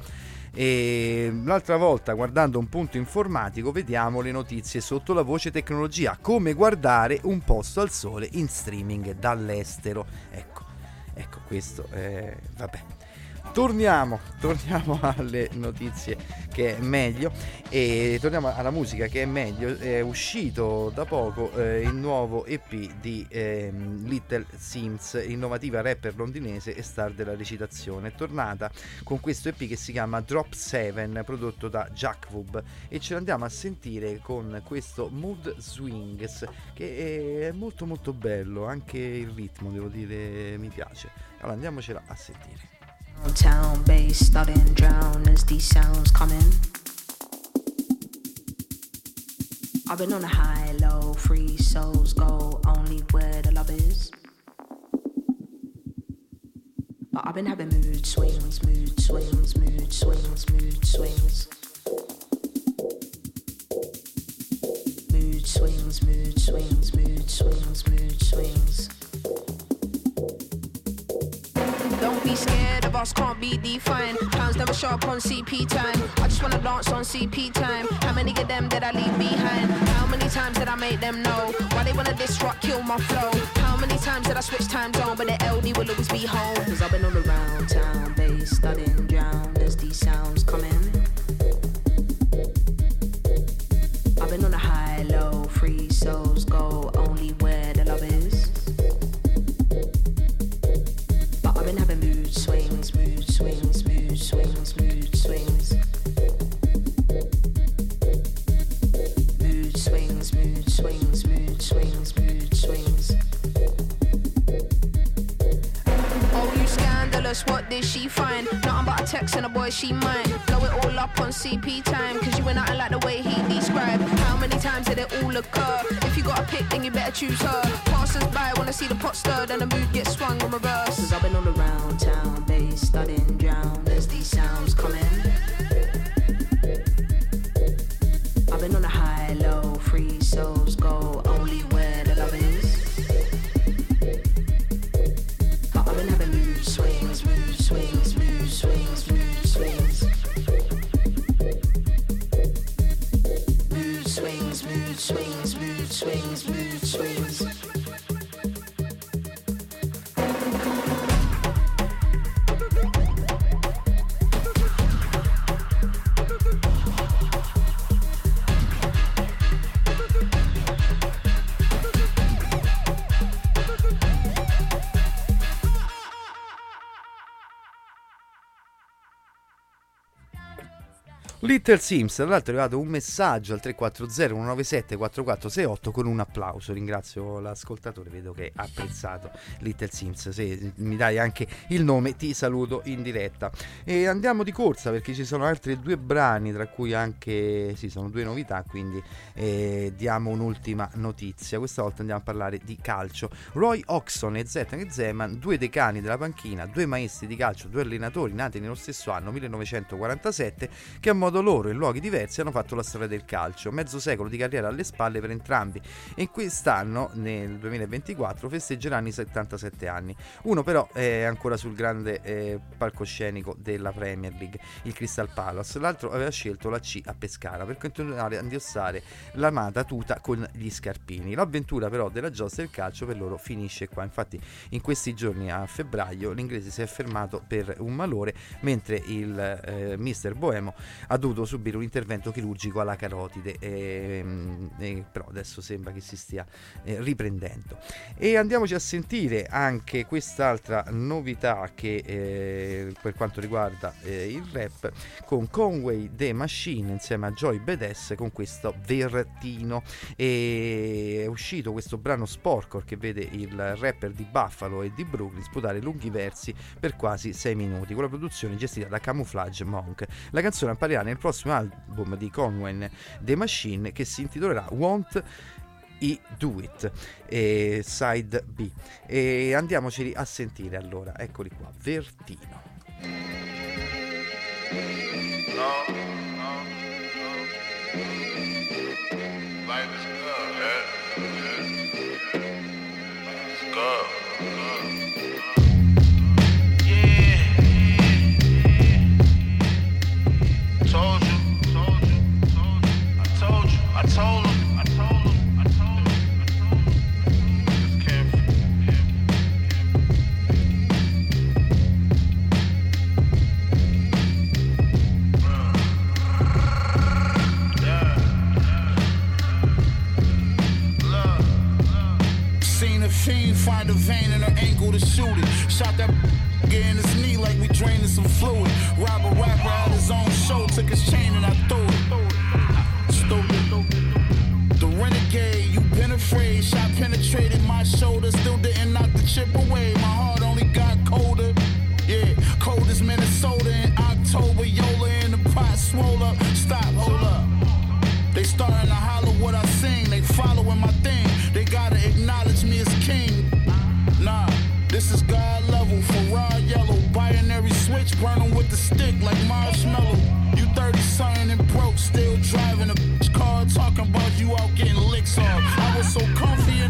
E l'altra volta, guardando un punto informatico, vediamo le notizie sotto la voce tecnologia, come guardare un posto al sole in streaming dall'estero. Ecco questo vabbè. Torniamo alle notizie, che è meglio, e torniamo alla musica, che è meglio. È uscito da poco il nuovo EP di Little Sims, innovativa rapper londinese e star della recitazione. È tornata con questo EP che si chiama Drop 7, prodotto da Jack Wub, e ce l'andiamo a sentire con questo Mood Swings, che è molto molto bello, anche il ritmo, devo dire, mi piace. Allora andiamocela a sentire. Town bass starting drown as these sounds come in. I've been on a high, low, free souls go only where the love is. But I've been having mood swings, mood swings, mood swings, mood swings. Mood swings, mood swings, mood swings, mood swings. past can't be defined. Pounds never show up on CP time. I just wanna dance on CP time. How many of them did I leave behind? How many times did I make them know why they wanna disrupt, kill my flow? How many times did I switch time zone, but the LD will always be home? Cause I've been all around town, bass studying, drown as these sounds coming. I've been on a high, low, free souls go only where the love is. But I've been having mood swings, mood swings, mood swings, mood swings. Mood swings, mood swings, mood swings, mood swings. Oh, you scandalous, what did she find? Nothing but a text and a boy she might blow it all up on CP time. Cause you were nothing like the way he described. How many times did it all occur? If you got a pick, then you better choose her. Passers by wanna see the pot stirred and the mood gets swung on reverse. Cause I've been all around town, bass studying, drown as these sounds come in. I've been on a high, low, free souls go only where the love is. But I've been having mood swings, mood swings, mood swings, mood swings. Mood swings, mood swings, mood swings, mood swings. Little Sims, tra l'altro è arrivato un messaggio al 340-197-4468 con un applauso. Ringrazio l'ascoltatore, vedo che ha apprezzato Little Sims. Se mi dai anche il nome ti saluto in diretta. E andiamo di corsa perché ci sono altri due brani, tra cui anche sono due novità, quindi diamo un'ultima notizia. Questa volta andiamo a parlare di calcio. Roy Hodgson e Zetang Zeman, due decani della panchina, due maestri di calcio, due allenatori nati nello stesso anno 1947, che a modo loro in luoghi diversi hanno fatto la storia del calcio. Mezzo secolo di carriera alle spalle per entrambi e quest'anno nel 2024 festeggeranno i 77 anni. Uno però è ancora sul grande palcoscenico della Premier League, il Crystal Palace, l'altro aveva scelto la C a Pescara per continuare a indossare l'amata tuta con gli scarpini. L'avventura però della giostra del calcio per loro finisce qua. Infatti in questi giorni a febbraio l'inglese si è fermato per un malore, mentre il mister Boemo ha dovuto subire un intervento chirurgico alla carotide, però adesso sembra che si stia riprendendo. E andiamoci a sentire anche quest'altra novità che per quanto riguarda il rap, con Conway The Machine insieme a Joy Badass con questo Vertino. E è uscito questo brano sporco che vede il rapper di Buffalo e di Brooklyn sputare lunghi versi per quasi 6 minuti con la produzione gestita da Camouflage Monk. La canzone apparirà nel prossimo album di Conway The Machine che si intitolerà Won't I Do It, Side B. E andiamoci a sentire allora, eccoli qua, Vertino. No. Life is good, It's good. I told him. Seen a fiend find a vein in her ankle to shoot it. Shot that in his knee like we draining some fluid. Rob a rapper at his own show, took his chain and I threw it. The renegade, you been afraid. Shot penetrated my shoulder, still didn't knock the chip away. My heart only got colder. Yeah, cold as Minnesota in October. Yola in the pot, swole up. Stop, hold up. They starting to holler what I sing. They following my thing. They gotta acknowledge me as king. Nah, this is God level for raw yellow. Binary switch, burn them with the stick like marshmallow. You 30-something and broke, still driving a car, talking about you out getting licks off. I was so comfy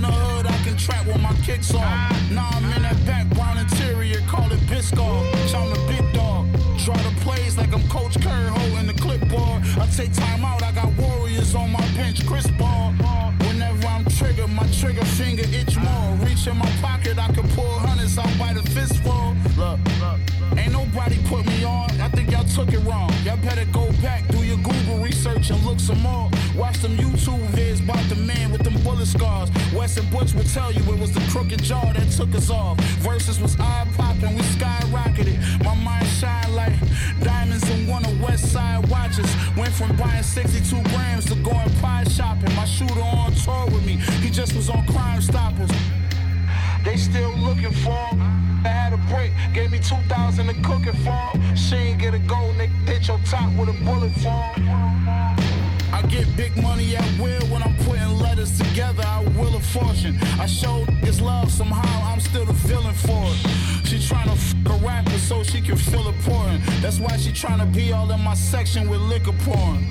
I take time out, I got warriors on my bench, Chris Paul. Whenever I'm triggered, my trigger finger itch more. Reach in my pocket, I can pull hundreds out by the fistful. Look, ain't nobody put me on, I think y'all took it wrong. Y'all better go back, do your Google research and look some more. Watch them YouTube vids about the man with them bullet scars. Weston Butch will tell you it was the crooked jaw that took us off. Versus was eye-popping, we skyrocketed. My mind shine like diamonds in one of West Side watches. Went from buying 62 grams to going pie shopping. My shooter on tour with me, he just was on Crime Stoppers. They still looking for him. I had a break, gave me 2,000 to cook it for him. She ain't get a gold, nigga, hit your top with a bullet for him. I get big money at will when I'm putting letters together. I will of fortune. I showed his love somehow. I'm still the villain for it. She tryna fuck a rapper so she can feel it pouring. That's why she tryna be all in my section with liquor pouring.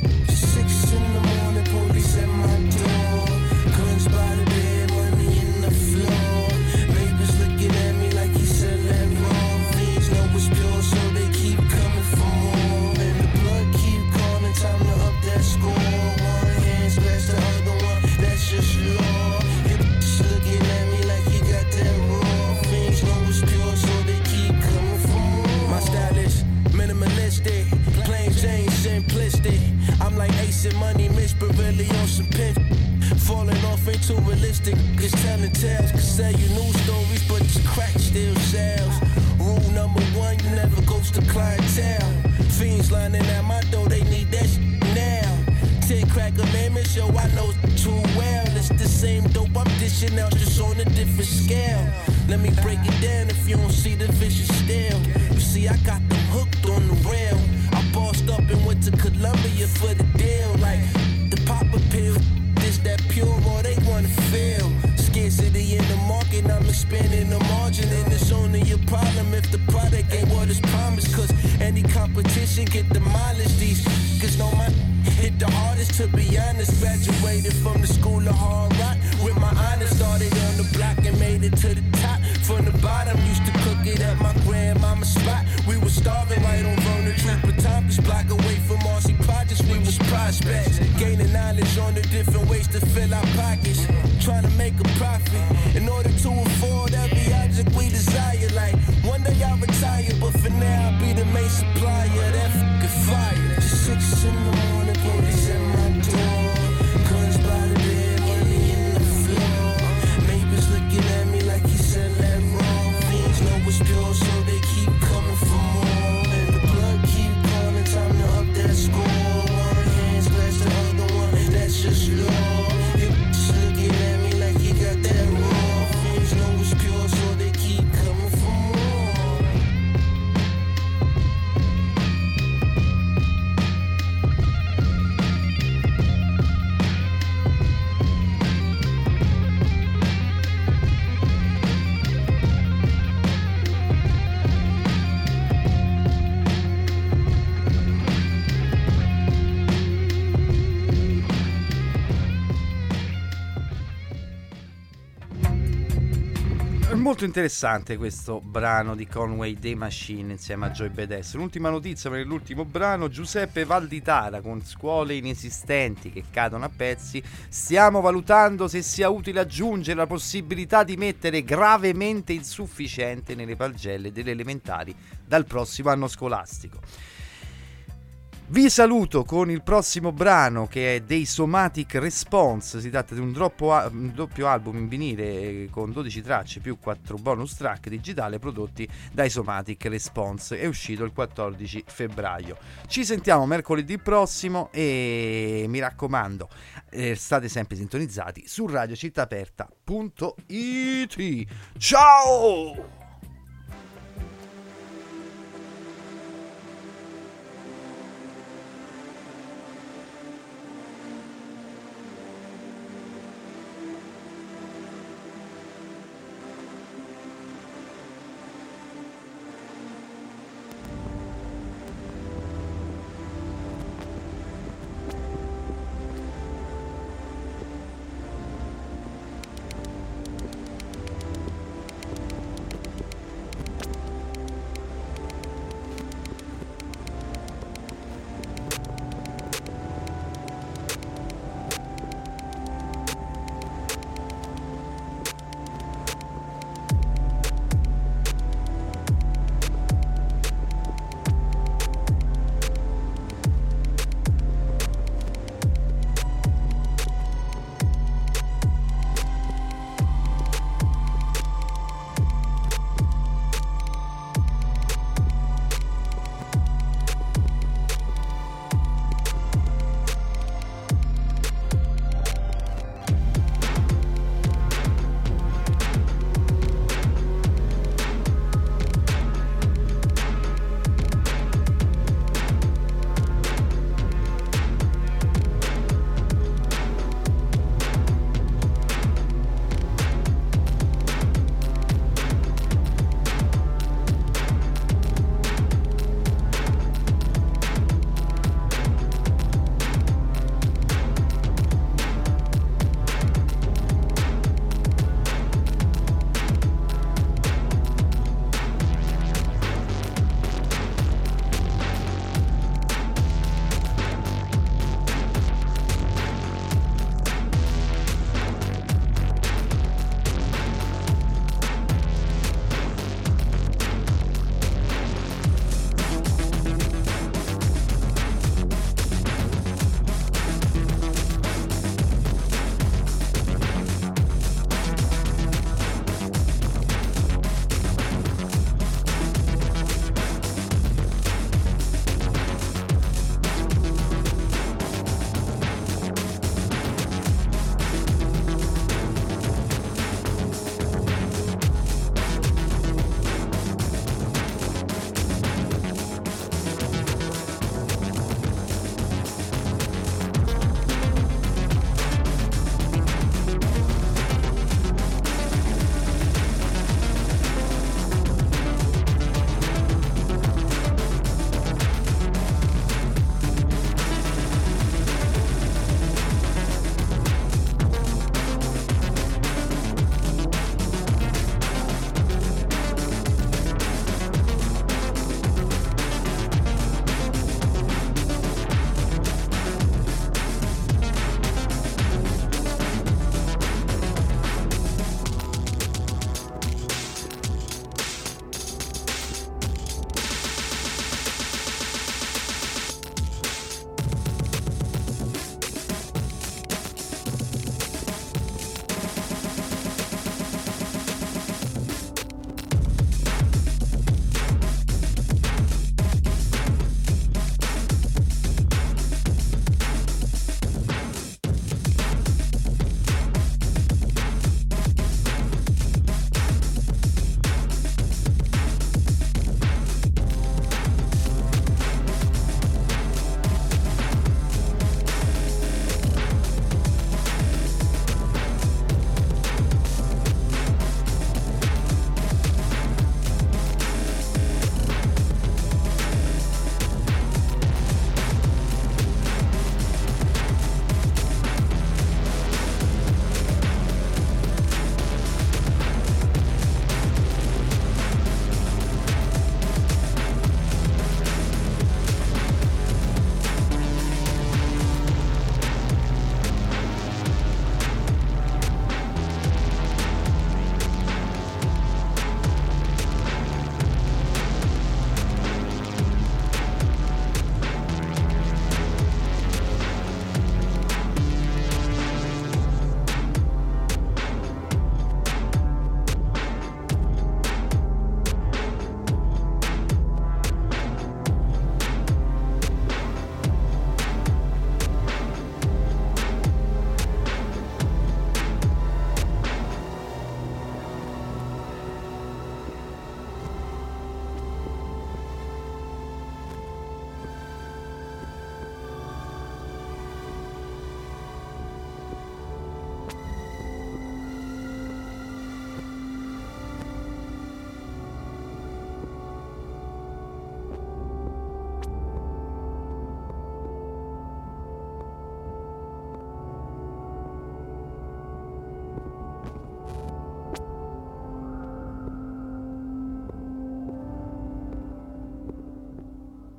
6 in the morning, police at my door. Guns by the bed, money in the floor. Neighbors looking at me like he said that wrong. Things know it's pure, so they keep coming for more. And the blood keep calling, time to up that score. One hand splash the other one, that's just law. Hips looking at me like he got that raw. Things know it's pure, so they keep coming for more. My style is minimalistic, plain Jane simplistic. I'm like Ace and Money, Mitch, but really on some pimp. Falling off ain't too realistic, just telling tales. Can sell you news stories, but this crack still sells. Rule number 1, you never ghost the clientele. Fiends lining at my door, they need that shit now. 10 crack amendments, yo, I know too well. It's the same dope I'm dishing out, just on a different scale. Let me break it down if you don't see the vicious scale. You see, I got them hooked on the rail. I bossed up and went to Columbia for the deal. Like the pop a pill, this that pure, all they wanna feel. Scarcity in the market, I'm expanding the margin. And it's only a problem if the product ain't what it's promised. Cause any competition get demolished. These cause no my hit the hardest, to be honest. Graduated from the school of hard rock with my honors. Started on the block and made it to the top. From the bottom, used to cook it at my grandmama's spot. We was starving right on Vernon Trooper Tompkins block, away from RC Projects. We was prospects, gaining knowledge on the different ways to fill our pockets. Trying to make a profit in order to afford every object we desire. Like one day I'll retire, but for now I'll be the main supplier. That fucking fire. 6 in the morning, police at my door. Guns by the bed, money in the floor. Neighbors looking at me like he said that wrong. Things know it's pure, so they keep coming for more. And the blood keep calling, time to up that score. One hand splash the other one, that's just law. Hips looking at me like he got that raw. Things know it's pure, so they keep coming for more. Molto interessante questo brano di Conway The Machine insieme a Joy Badass. L'ultima notizia per l'ultimo brano: Giuseppe Valditara, con scuole inesistenti che cadono a pezzi, stiamo valutando se sia utile aggiungere la possibilità di mettere gravemente insufficiente nelle pagelle delle elementari dal prossimo anno scolastico. Vi saluto con il prossimo brano, che è dei Somatic Response. Si tratta di un doppio album in vinile con 12 tracce più 4 bonus track digitale prodotti dai Somatic Response. È uscito il 14 febbraio. Ci sentiamo mercoledì prossimo e mi raccomando, state sempre sintonizzati su radiocittaaperta.it. Ciao!